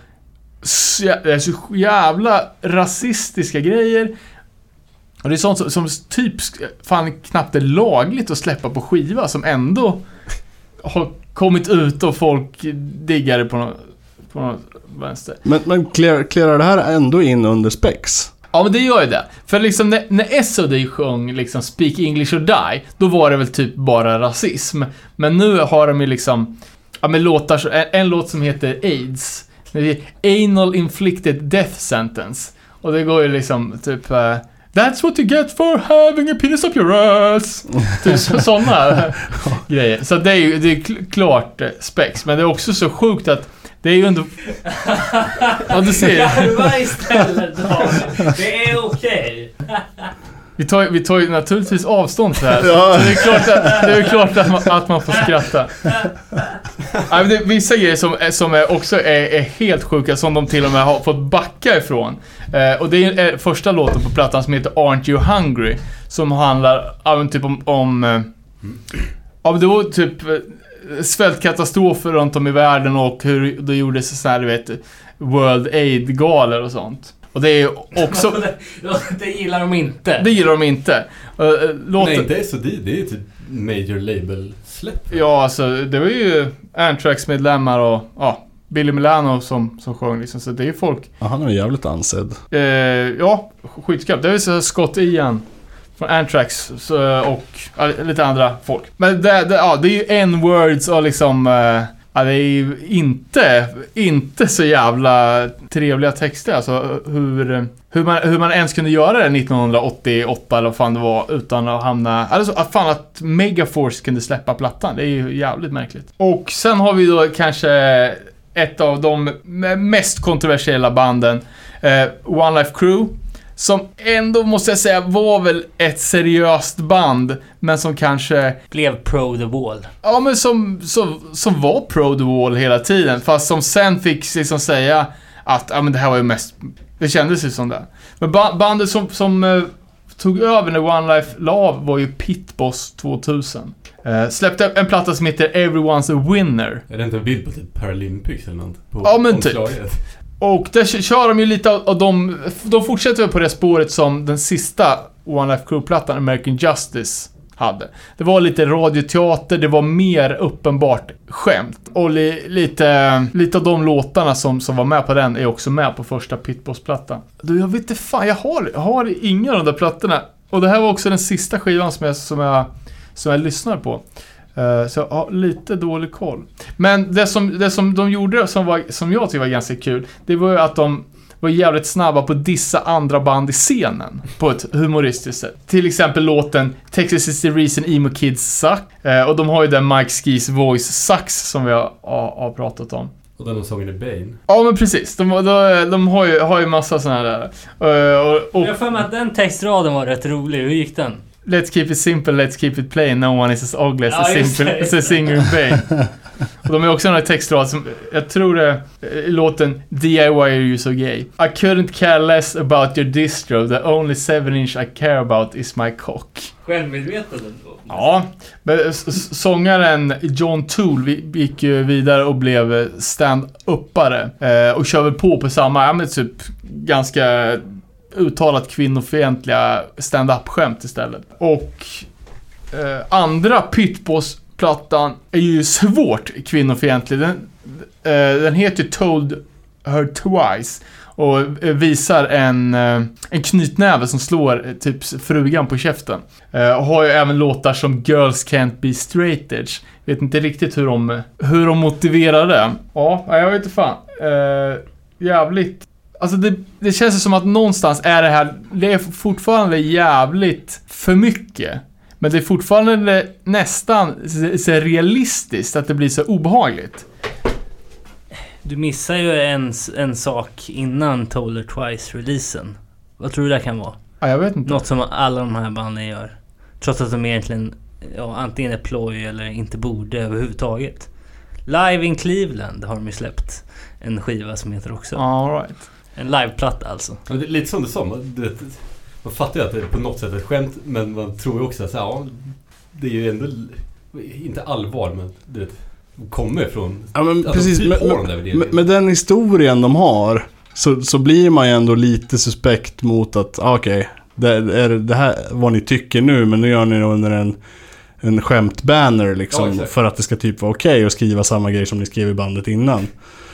jävla rasistiska grejer. Och det är sånt som typ fan knappt är lagligt att släppa på skiva, som ändå har kommit ut och folk diggar det på något vänster. Men klerar det här ändå in under Spex? Ja, men det gör ju det. För liksom när SOD sjöng liksom Speak English or Die, då var det väl typ bara rasism. Men nu har de ju liksom med låtar, en låt som heter AIDS. Det är Anal Inflicted Death Sentence. Och det går ju liksom typ That's what you get for having a penis up your ass. Typ sådana grejer. Så det är klart Spex. Men det är också så sjukt att det är ju ändå... Ja, du ser. Garva istället, David. Det är okej. Vi tar ju naturligtvis avstånd så här. Ja. Så det är klart att man får skratta. Ja, det är vissa grejer som också är helt sjuka, som de till och med har fått backa ifrån. Och det är första låten på plattan som heter Aren't You Hungry, som handlar typ om det var typ svältkatastrofer runt om i världen och hur det gjordes så här, du vet, World Aid-galer och sånt. Och det är också... det gillar de inte. Det gillar de inte. Nej, inte så det är typ major label-släpp. Ja, alltså det var ju Anthrax-medlemmar och Billy Milano som sjöng liksom, så det är ju folk... Ja, han är jävligt ansedd. Ja, skitskap. Det är så Scott Ian från Anthrax och lite andra folk. Men det är ju N-words och liksom... det är ju inte så jävla trevliga texter, alltså hur man ens kunde göra det 1988 eller vad fan det var, utan att hamna, alltså att Megaforce kunde släppa plattan. Det är ju jävligt märkligt. Och sen har vi då kanske ett av de mest kontroversiella banden, One Life Crew, som ändå, måste jag säga, var väl ett seriöst band, men som kanske... blev pro the wall. Ja, men som var pro the wall hela tiden, fast som sen fick liksom säga att men det här var ju mest... Det kändes ju som det. Men bandet som tog över när One Life la av var ju Pitboss 2000. Släppte en platta som heter Everyone's a Winner. Är det inte en bild på typ Paralympics eller något? Ja, men typ. Och där kör de ju lite av de fortsätter på det spåret som den sista One Life Crew-plattan, American Justice, hade. Det var lite radioteater, det var mer uppenbart skämt. Och lite av de låtarna som var med på den är också med på första Pitboss-plattan. Jag vet inte fan, jag har inga av de där plattorna. Och det här var också den sista skivan som jag lyssnar på. Så jag har lite dålig koll. Men det som de gjorde som jag tycker var ganska kul, det var ju att de var jävligt snabba på att dissa andra band i scenen på ett humoristiskt sätt. Till exempel låten Texas is the reason emo kids suck. Och de har ju den Mike Skis voice sucks som vi har pratat om. Och den sången är Bane. Ja, men precis. De har ju massa såna här... Och jag får med att den textraden var rätt rolig. Hur gick den? Let's keep it simple, let's keep it plain. No one is as ugly as a singer in Bane. Och de är också en textrad som jag tror det är låten DIY are you so gay. I couldn't care less about your distro. The only 7-inch I care about is my cock. Självmedveten ändå. Ja, men sångaren John Toole gick ju vidare och blev stand-uppare och kör väl på samma, men typ ganska uttalat kvinnofientliga stand-up-skämt istället. Och andra Pitboss-plattan är ju svårt kvinnofientlig. Den heter Told Her Twice och visar en knytnäve som slår typ frugan på käften. Och har ju även låtar som Girls Can't Be Straight Edge. Vet inte riktigt hur de motiverar det. Ja, jag vet inte fan. Jävligt. Alltså det känns som att någonstans är det är fortfarande jävligt för mycket. Men det är fortfarande nästan så realistiskt att det blir så obehagligt. Du missar ju en sak innan Told Her Twice-releasen. Vad tror du det kan vara? Ja, jag vet inte. Något som alla de här banden gör. Trots att de egentligen antingen är ploj eller inte borde överhuvudtaget. Live in Cleveland har de ju släppt en skiva som heter också. All right. En liveplatta alltså. Ja, det är lite som du sa, man fattar ju att det är på något sätt ett skämt, men man tror ju också att det är ju ändå inte allvar, men det kommer från precis, med den historien de har så blir man ju ändå lite suspekt mot att okej, det här vad ni tycker nu, men nu gör ni det under en skämtbanner liksom, för att det ska typ vara okej att skriva samma grejer som ni skrev i bandet innan.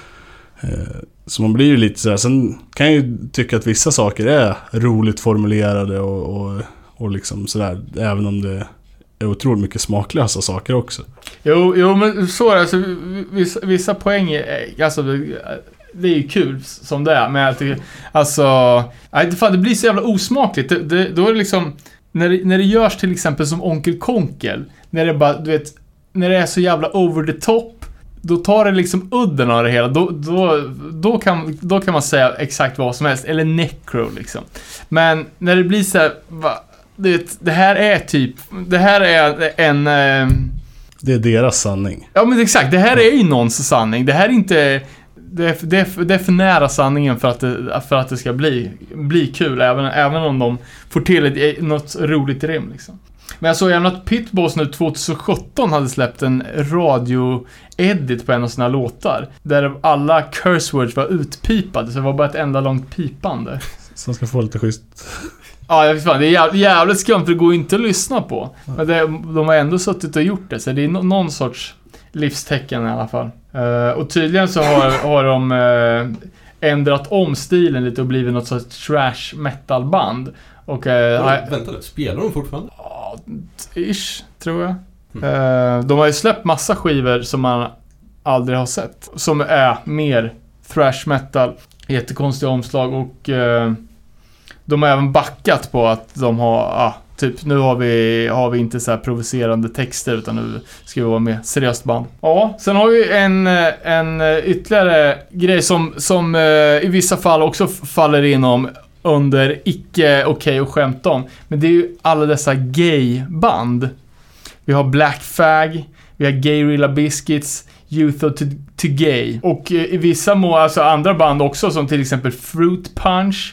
Så man blir ju lite sådär. Sen kan jag ju tycka att vissa saker är roligt formulerade och liksom sådär, även om det är otroligt mycket smaklösa saker också. Jo men så är det, alltså, vissa poäng är, alltså, det är ju kul som det är, men alltså det blir så jävla osmakligt. Då är det liksom när det görs till exempel som Onkel Konkel, när det bara, du vet, när det är så jävla over the top, då tar det liksom udden av det hela. Då kan man säga exakt vad som helst, eller Necro liksom. Men när det blir så här, det här är en det är deras sanning. Ja men exakt, det här är ju någons sanning. Det här är inte det är för nära sanningen för att det ska bli kul, även om de får till något roligt rim liksom. Men jag såg även att Pitbulls nu 2017 hade släppt en radio-edit på en av sina låtar, där alla curse words var utpipade, så det var bara ett enda långt pipande. Som ska få lite schysst. Ja, jag vet fan, det är jävligt skumt, för det går inte att lyssna på. Men de har ändå suttit och gjort det, så det är någon sorts livstecken i alla fall. Och tydligen så har de ändrat om stilen lite och blivit något sorts trash metal band. Och vänta, spelar de fortfarande? Ja, ish, tror jag. De har ju släppt massa skivor som man aldrig har sett, som är mer thrash metal, jättekonstiga omslag, och de har även backat på att de har typ, nu har vi inte så här provocerande texter, utan nu ska vi vara med seriöst band. Ja, sen har vi en ytterligare grej som i vissa fall också faller inom under icke okej att skämta om. Men det är ju alla dessa gay-band. Vi har Black Flag, vi har Gayrilla Biscuits, Youth to Gay. Och i vissa alltså andra band också, som till exempel Fruit Punch,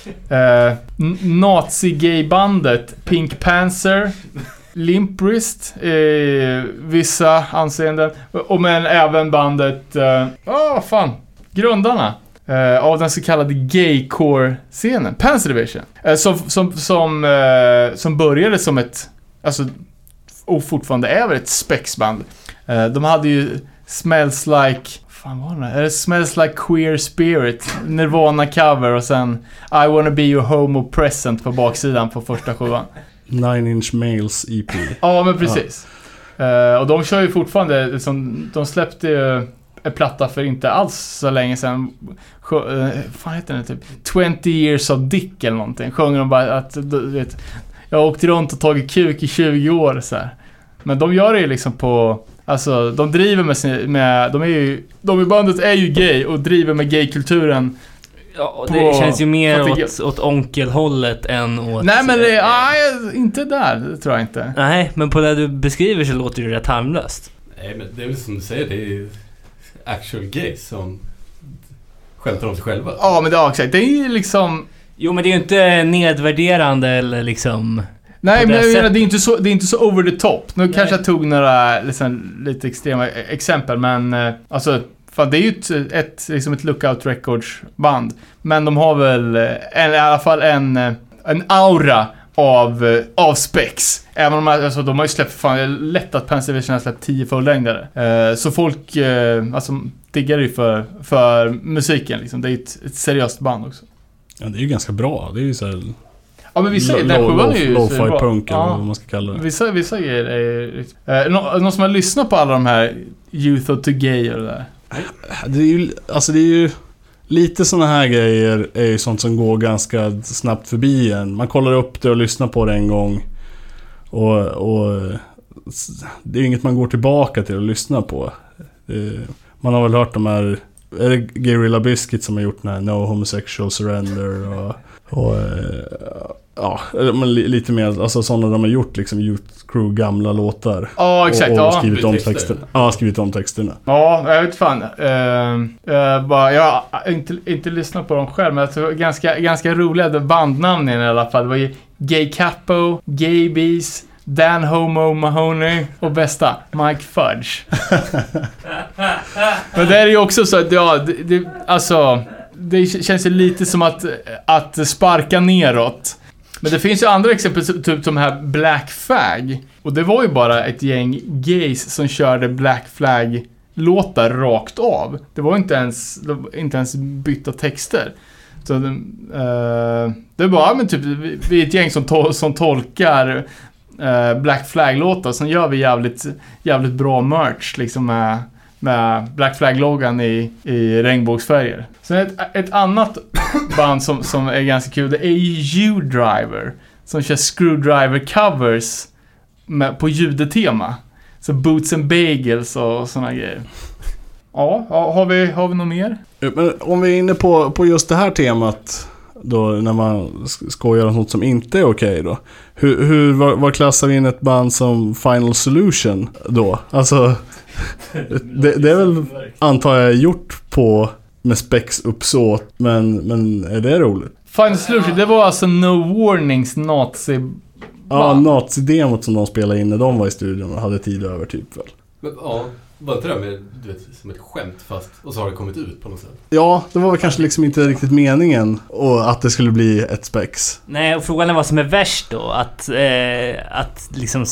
Nazi-gay-bandet Pink Panther, Limp Wrist, vissa anseenden, och men även bandet grundarna av den så kallade gaycore-scenen, Panzer Division, som började som ett, alltså, och fortfarande är väl ett spexband. De hade ju Smells Like, Smells Like Queer Spirit, Nirvana cover, och sen I Wanna Be Your Homo Present på baksidan på första sjuan. 9-inch Males EP. Ja, men precis. Och de kör ju fortfarande liksom, de släppte ju en platta för inte alls så länge sedan. Fan heter den typ 20 Years of Dick eller någonting. Sjunger de bara att, du vet, jag har åkt runt och tagit kuk i 20 år så här. Men de gör det ju liksom på, alltså de driver med de i bandet är ju gay och driver med gaykulturen. Ja, det känns ju mer åt onkelhållet än åt... Nej, men inte där, det tror jag inte. Nej, men på det du beskriver så låter det rätt harmlöst. Nej, men det är väl som du säger, det är ju actual gays som skämtar om sig själva. Ja, men det är exakt. Det är ju liksom... Jo, men det är ju inte nedvärderande eller liksom... Nej, men det är inte så over the top. Nu kanske jag tog några liksom, lite extrema exempel, men alltså... Fan, det är ju ett Lookout Records band. Men de har väl i alla fall en aura av spex. Även om alltså, de har ju släppt, fan, det är lätt att Panzer Division har släppt 10 fullängdare. Så folk alltså, diggar ju för musiken liksom. Det är ett seriöst band också. Ja, det är ju ganska bra. Det är ju så här... Ja, men vissa lo-fi punk eller vad man ska kalla det. Vissa grejer är någon som har lyssnat på alla de här Youth to Gay och det där. Det är ju lite såna här grejer är ju sånt som går ganska snabbt förbi en. Man kollar upp det och lyssnar på det en gång. Och det är ju inget man går tillbaka till att lyssna på. Man har väl hört de här, är det Gayrilla Biscuits som har gjort den här No Homosexual Surrender och Ja, men lite mer, alltså sådana de har gjort liksom Youth Crew gamla låtar. Ja, exakt. Och skrivit om texterna. Ja, skrivit om texterna. Ja, jag vet fan. Jag har inte lyssnat på dem själv, men jag tror ganska roliga bandnamnen i alla fall. Det var ju Gay Capo, Gabies, Dan Homo Mahoney och bästa Mike Fudge. Men det är ju också så att alltså det känns ju lite som att sparka neråt. Men det finns ju andra exempel, typ som här Black Flag. Och det var ju bara ett gäng gays som körde Black Flag-låtar rakt av. Det var inte ens bytta texter. Så det var men typ vi är ett gäng som tolkar Black Flag-låtar. Sen gör vi jävligt bra merch liksom med Black Flag-loggan i regnbågsfärger. Sen ett annat band som är ganska kul, det är U-Driver, som kör Screwdriver-covers på judetema. Så Boots and Bagels och såna grejer. Ja, har vi något mer? Men om vi är inne på just det här temat då, när man ska göra något som inte är okej då. Var klassar vi in ett band som Final Solution då? Alltså det är väl, antar jag, gjort med spex uppsåt, men är det roligt? Final Solution, det var alltså No Warnings nazi. Ja, nazi-demot som de spelade in när de var i studion och hade tid över typ väl. Men, ja, var inte det med, du vet, som ett skämt fast, och så har det kommit ut på något sätt? Ja, det var väl kanske liksom inte riktigt meningen och att det skulle bli ett spex. Nej, och frågan är vad som är värst då. Att liksom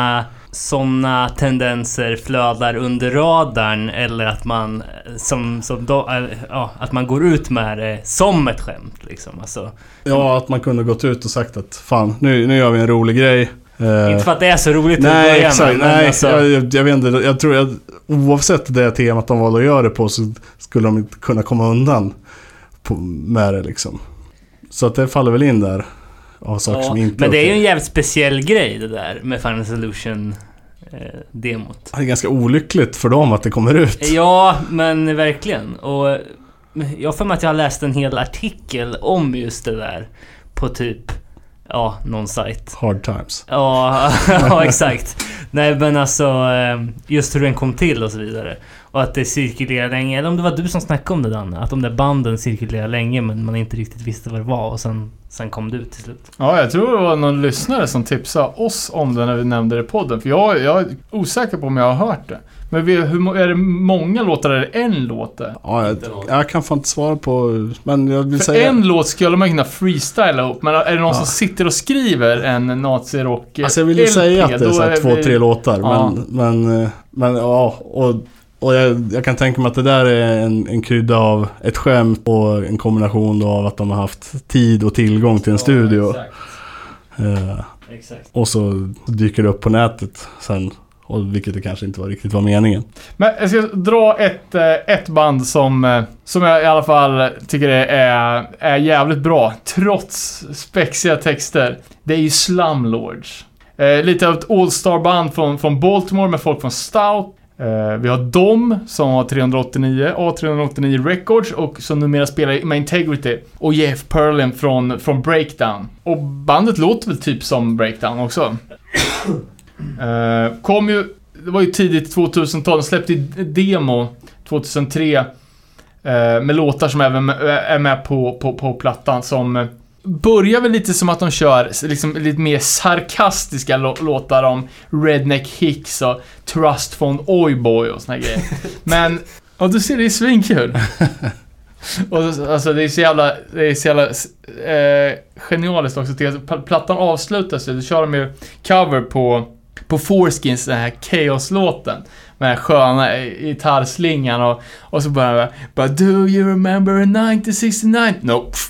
såna tendenser flödar under radarn, eller att man att man går ut med det som ett skämt liksom. Alltså, ja, att man kunde gått ut och sagt att fan, nu gör vi en rolig grej. Inte för att det är så roligt. Nej, exakt. Nej, alltså, jag vet inte. Jag tror att oavsett det temat de valde att göra det på, så skulle de inte kunna komma undan med det liksom. Så att det faller väl in där av saker som inte. Men det är ju en jävligt speciell grej det där med Final Solution demot. Det är ganska olyckligt för dem att det kommer ut. Ja, men verkligen. Och jag får med att jag har läst en hel artikel om just det där på typ någon sajt. Hard Times. Ja, exakt. Nej, men alltså just hur den kom till och så vidare. Och att det cirkulerar länge. Eller om det var du som snackade om det, Danne. Att de där banden cirkulerar länge, men man inte riktigt visste vad det var. Och sen kom det ut till slut. Ja, jag tror det var någon lyssnare som tipsade oss om det när vi nämnde det i podden. För jag är osäker på om jag har hört det. Men är det många låtar eller en låt? Ja, jag kan fan inte svara på. Men jag vill säga, en låt skulle man kunna freestyla upp. Men är det någon som sitter och skriver en nazi-rock? Alltså jag vill ju säga att det är så 2-3 låtar. Ja. Men ja, och jag kan tänka mig att det där är en krydda av ett skämt och en kombination av att de har haft tid och tillgång till en studio. Exakt. Och så dyker det upp på nätet sen. Och vilket det kanske inte riktigt var meningen. Men jag ska dra ett band som jag i alla fall tycker är jävligt bra, trots spexiga texter. Det är ju Slumlords. Lite av ett all-star-band från Baltimore med folk från Stout. Vi har Dom som har 389 A389 Records och som numera spelar med Integrity, och Jeff Perlin från Breakdown. Och bandet låter väl typ som Breakdown också. Det var ju tidigt 2000-tal. De släppte demo 2003 med låtar som även är med på plattan, som börjar väl lite som att de kör liksom lite mer sarkastiska låtar om Redneck Hicks och Trust från Oyboy och såna grejer. Men du ser, det är svinkul. Och alltså det är så jävla genialiskt också. Plattan avslutas, då kör de ju cover på Foreskins, den här Chaos-låten med den sköna gitarrslingan och så bara But do you remember 1969? Nope.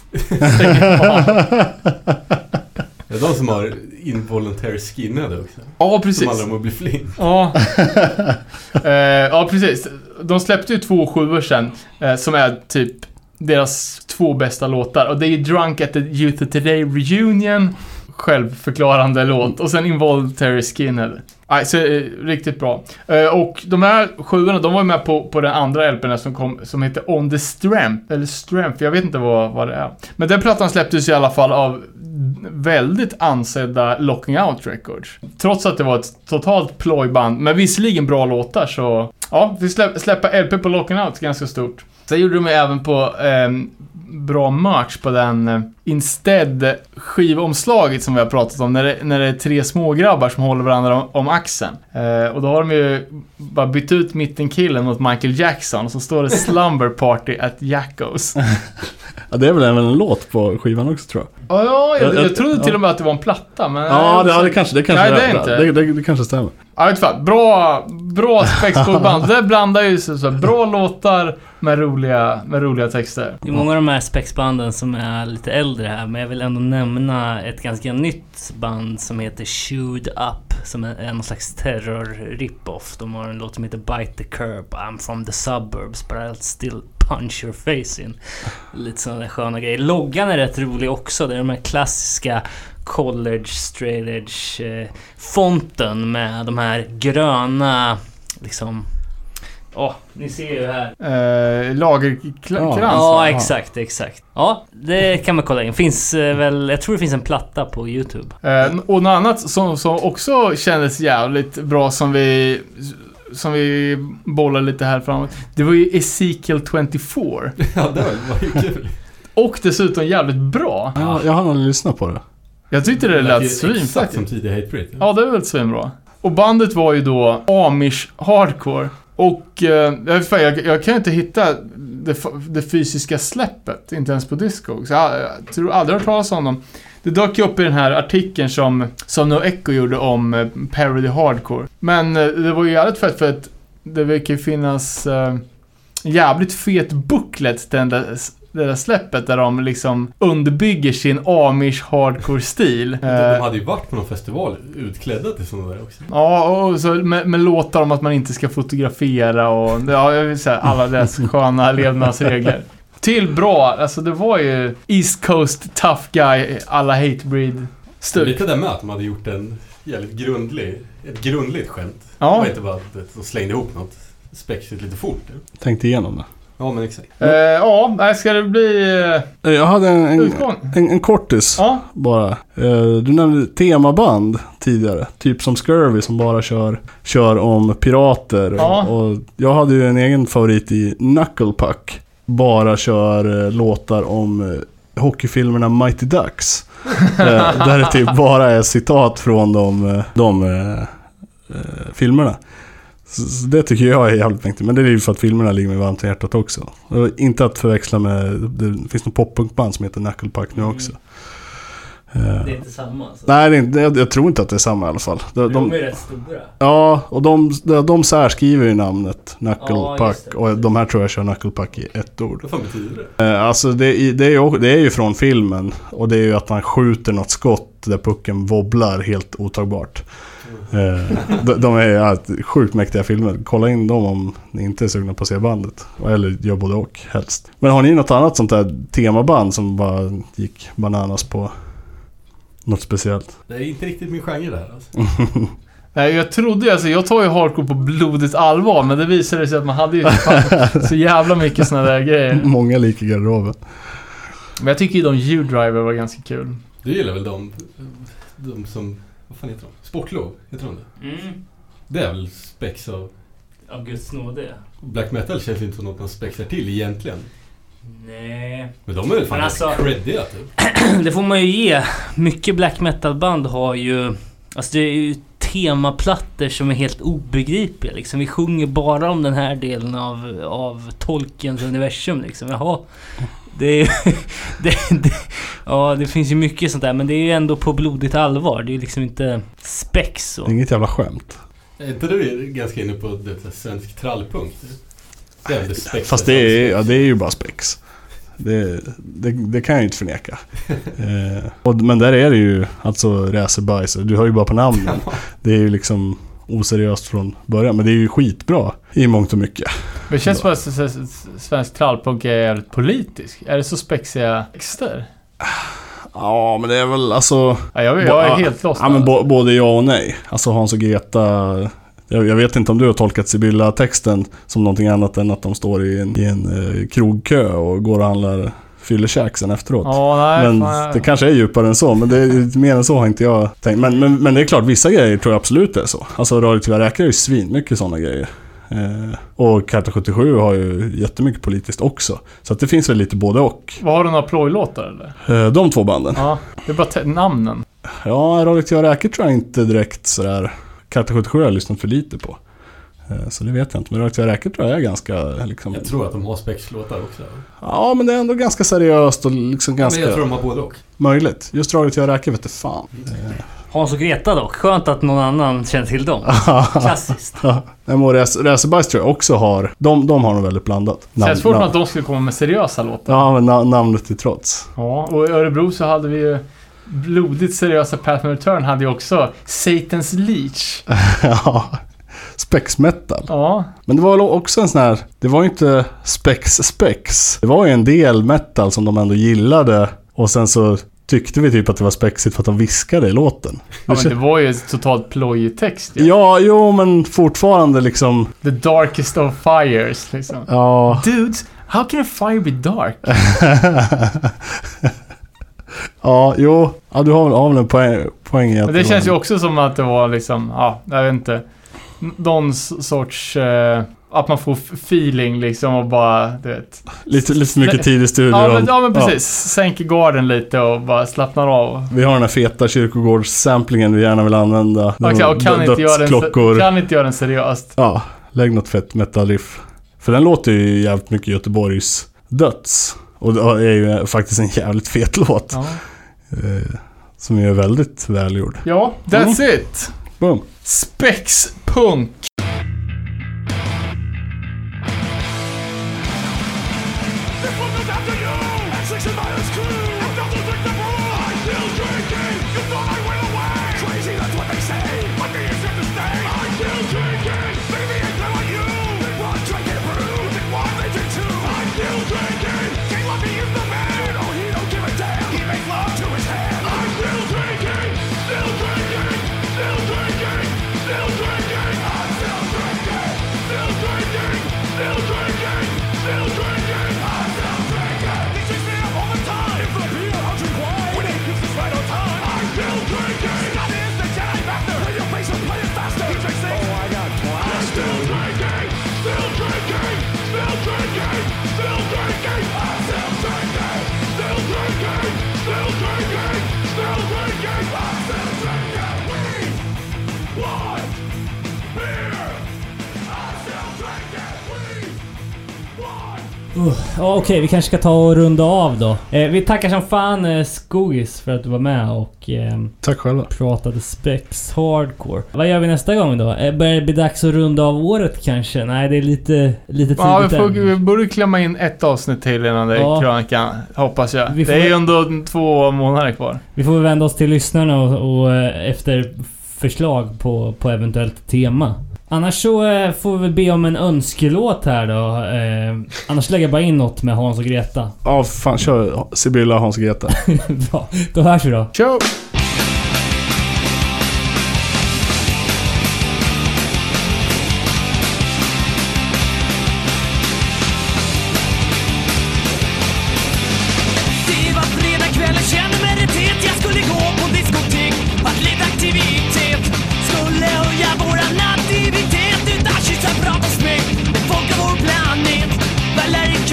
Det är de som har involuntary skinnade också. Ja, precis. Som alla må bli flint. Ja. Ja, precis. De släppte ju 2 7 sedan som är typ deras 2 bästa låtar. Och det är Drunk at the Youth of Today Reunion, självförklarande låt, och sen Involuntary Skinhead. Alltså, riktigt bra. Och de här 7:orna, de var ju med på den andra LP:n som heter On the Strength, eller Strength, jag vet inte vad det är. Men den plattan släpptes i alla fall av väldigt ansedda Locking Out Records. Trots att det var ett totalt plojband, men visserligen bra låtar, så ja, vi släppa LP på Locking Out ganska stort. Sen gjorde de även på bra merch på den Instead skivomslaget som vi har pratat om, när det är 3 smågrabbar som håller varandra om axeln. Och då har de ju bara bytt ut mittenkillen mot Michael Jackson, och så står det Slumber Party at Jackos. Ja, det är väl en låt på skivan också, tror jag. Ja, jag trodde till och med att det var en platta, men ja, det kanske nej, det är inte. Det kanske stämmer. Ja, vet fan, bra spexband. Det blandar ju så bra låtar med roliga texter. Det är många av de här spexbanden som är lite äldre här, men jag vill ändå nämna ett ganska nytt band som heter Shoot Up, som är någon slags terror-rip-off. De har en låt som heter Bite the Curb, I'm from the suburbs but I'll still punch your face in. Lite sådana där sköna grejer. Loggan är rätt rolig också. Det är de här klassiska college straight edge fonten med de här gröna liksom. Ni ser ju här. Lagerkrans. Ja, exakt. Ja, det kan man kolla in. Finns jag tror det finns en platta på YouTube. Och något annat som också kändes jävligt bra som vi bollar lite här framåt. Det var ju Ezekiel 24. Ja, det var ju kul. Och dessutom jävligt bra. Ja, jag har nog lyssnat på det. Jag tyckte det lät exakt som tidigare Hatebreed. Ja, det var väl svinbra. Och bandet var ju då Amish Hardcore. Och jag kan inte hitta det fysiska släppet, inte ens på Discogs. Jag tror aldrig hört talas om dem. Det dök ju upp i den här artikeln som No Echo gjorde om Parody Hardcore. Men det var ju jävligt fett för att det verkar finnas jävligt fet booklet till det där släppet där de liksom underbygger sin Amish hardcore-stil. De hade ju varit på någon festival utklädda till sådana där också. Ja, och så med låtar om att man inte ska fotografera och jag vill säga alla dess sköna levnadsregler. Till bra, alltså det var ju East Coast tough guy alla Hatebreed stuk. Lite där med att de hade gjort en jävligt grundligt skämt. Ja. Och inte bara att de slängde ihop något spexigt lite fort. Tänkte igenom det. Ja, men exakt. Ska det bli jag hade utgång? En kortis bara. Du nämnde temaband tidigare. Typ som Scurvy som bara kör om pirater. Ja. Och jag hade ju en egen favorit i Knucklepuck. Bara kör låtar om hockeyfilmerna Mighty Ducks. Där det typ bara är citat från de filmerna. Så det tycker jag är jävligt mäktigt. Men det är ju för att filmerna ligger med varmt i hjärtat också. Och inte att förväxla med... Det finns någon poppunkband som heter Knucklepuck nu också. Det är inte samma alltså. Nej, det är inte, jag tror inte att det är samma i alla fall. De är rätt stora. Ja, och de särskriver ju namnet Knucklepuck. Och de här tror jag kör Knucklepuck i ett ord. Vad fan betyder det? Alltså det är ju från filmen. Och det är ju att man skjuter något skott där pucken wobblar helt otagbart. De är sjukt mäktiga filmer. Kolla in dem om ni inte är sugna på att se bandet. Eller gör både och helst. Men har ni något annat sånt där temaband som bara gick bananas på något speciellt? Det är inte riktigt min genre där alltså. Nej, jag tar ju hardcore på blodigt allvar, men det visade sig att man hade ju så jävla mycket såna där grejer. Många lik i garderoben. Men jag tycker ju de U-Driver var ganska kul. Du gillar väl de som... Vad fan heter de? Sportlov, heter de det? Det är väl spex av Guds nåde. Black metal känns inte som något man spexar till egentligen. Nej. Men de är väl fan alltså, creddiga typ. Det får man ju ge. Mycket black metal band har ju... Alltså det är ju temaplattor som är helt obegripriga liksom. Vi sjunger bara om den här delen av Tolkiens universum liksom. Jaha. Det finns ju mycket sånt där, men det är ju ändå på blodigt allvar. Det är ju liksom inte spex så. Det är inget jävla skämt. Är inte du ganska inne på det svensk trallpunkt? Det är väl det spex. Fast det är ju bara spex. Det kan jag ju inte förneka. Men där är det ju alltså racerbajs. Du hör ju bara på namnen. Det är ju liksom oseriöst från början, men det är ju skitbra i mångt och mycket. Det känns som att svensk trallpunk är jävligt politisk. Är det så spexiga texter? Ja, men det är väl alltså... Ja, jag är helt lost. Ja, men både ja och nej. Alltså Hans och Greta... Jag vet inte om du har tolkat Sibylla-texten som någonting annat än att de står i en krogkö och går och handlar fyllekäk sen efteråt. Men det kanske är djupare än så, men det är mer än så har inte jag tänkt. Men det är klart, vissa grejer tror jag absolut är så. Alltså radioaktiva räkor är ju svin mycket sådana grejer. Och Karta 77 har ju jättemycket politiskt också. Så att det finns väl lite både och. Vad har du några plojlåtar eller? De 2 banden. Ja, det är bara namnen. Ja, radioaktiva räkor tror jag inte direkt sådär. Karta 77 har jag lyssnat för lite på. Så det vet jag inte. Men radioaktiva räkor tror jag är ganska liksom... Jag tror att de har Spex-låtar också. Ja, men det är ändå ganska seriöst och liksom ganska... Men jag tror de har både och. Möjligt. Just radioaktiva räkor vet du fan. Hans och Greta dock. Skönt att någon annan känner till dem. Klassiskt. Racerbajs tror jag också har... De har nog väldigt blandat. Det känns svårt att de skulle komma med seriösa låtar. Ja, men namnet till trots. Ja, och i Örebro så hade vi ju... Blodigt seriösa Path Return hade ju också Satan's Leech. Ja, Spex metal. Ja. Men det var också en sån här... Det var ju inte Spex. Det var ju en del metal som de ändå gillade. Och sen så tyckte vi typ att det var spexigt för att de viskade i låten. Ja, men det var ju totalt plojig text. Ja, jo, men fortfarande liksom... The darkest of fires, liksom. Ja. Dudes, how can a fire be dark? Ja, jo. Ja, du har väl en poäng i att men det känns ju också som att det var liksom... Ja, jag vet inte. Någon sorts... att man får feeling liksom och bara, du vet... Lite mycket tid i studion. Ja, men precis. Ja. Sänker garden lite och bara slappnar av. Vi har den här feta kyrkogårdssamplingen vi gärna vill använda. Okej, och kan inte göra den seriöst. Ja, lägg något fett metal-riff. För den låter ju jävligt mycket Göteborgs döds. Och det är ju faktiskt en jävligt fet låt. Ja. Som är väldigt välgjord. Ja, that's it. Boom. Spex punk. Okej, vi kanske ska ta och runda av då. Vi tackar som fan Skogis för att du var med och tack själva. Pratade Spex Hardcore. Vad gör vi nästa gång då? Börjar det bli dags att runda av året kanske? Nej, det är lite tidigt. Ja, vi borde klämma in ett avsnitt till innan det är krönikan, hoppas jag. Det är ju ändå 2 månader kvar. Vi får vända oss till lyssnarna och efter förslag på eventuellt tema. Annars så får vi väl be om en önskelåt här då. Annars lägger jag bara in något med Hans och Greta. Ja, fan, kör Sibylla, Hans och Greta. Bra, då hörs vi då. Ciao!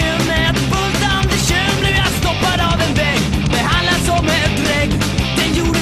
Den gjorde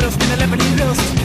luft, mina läppar din röst.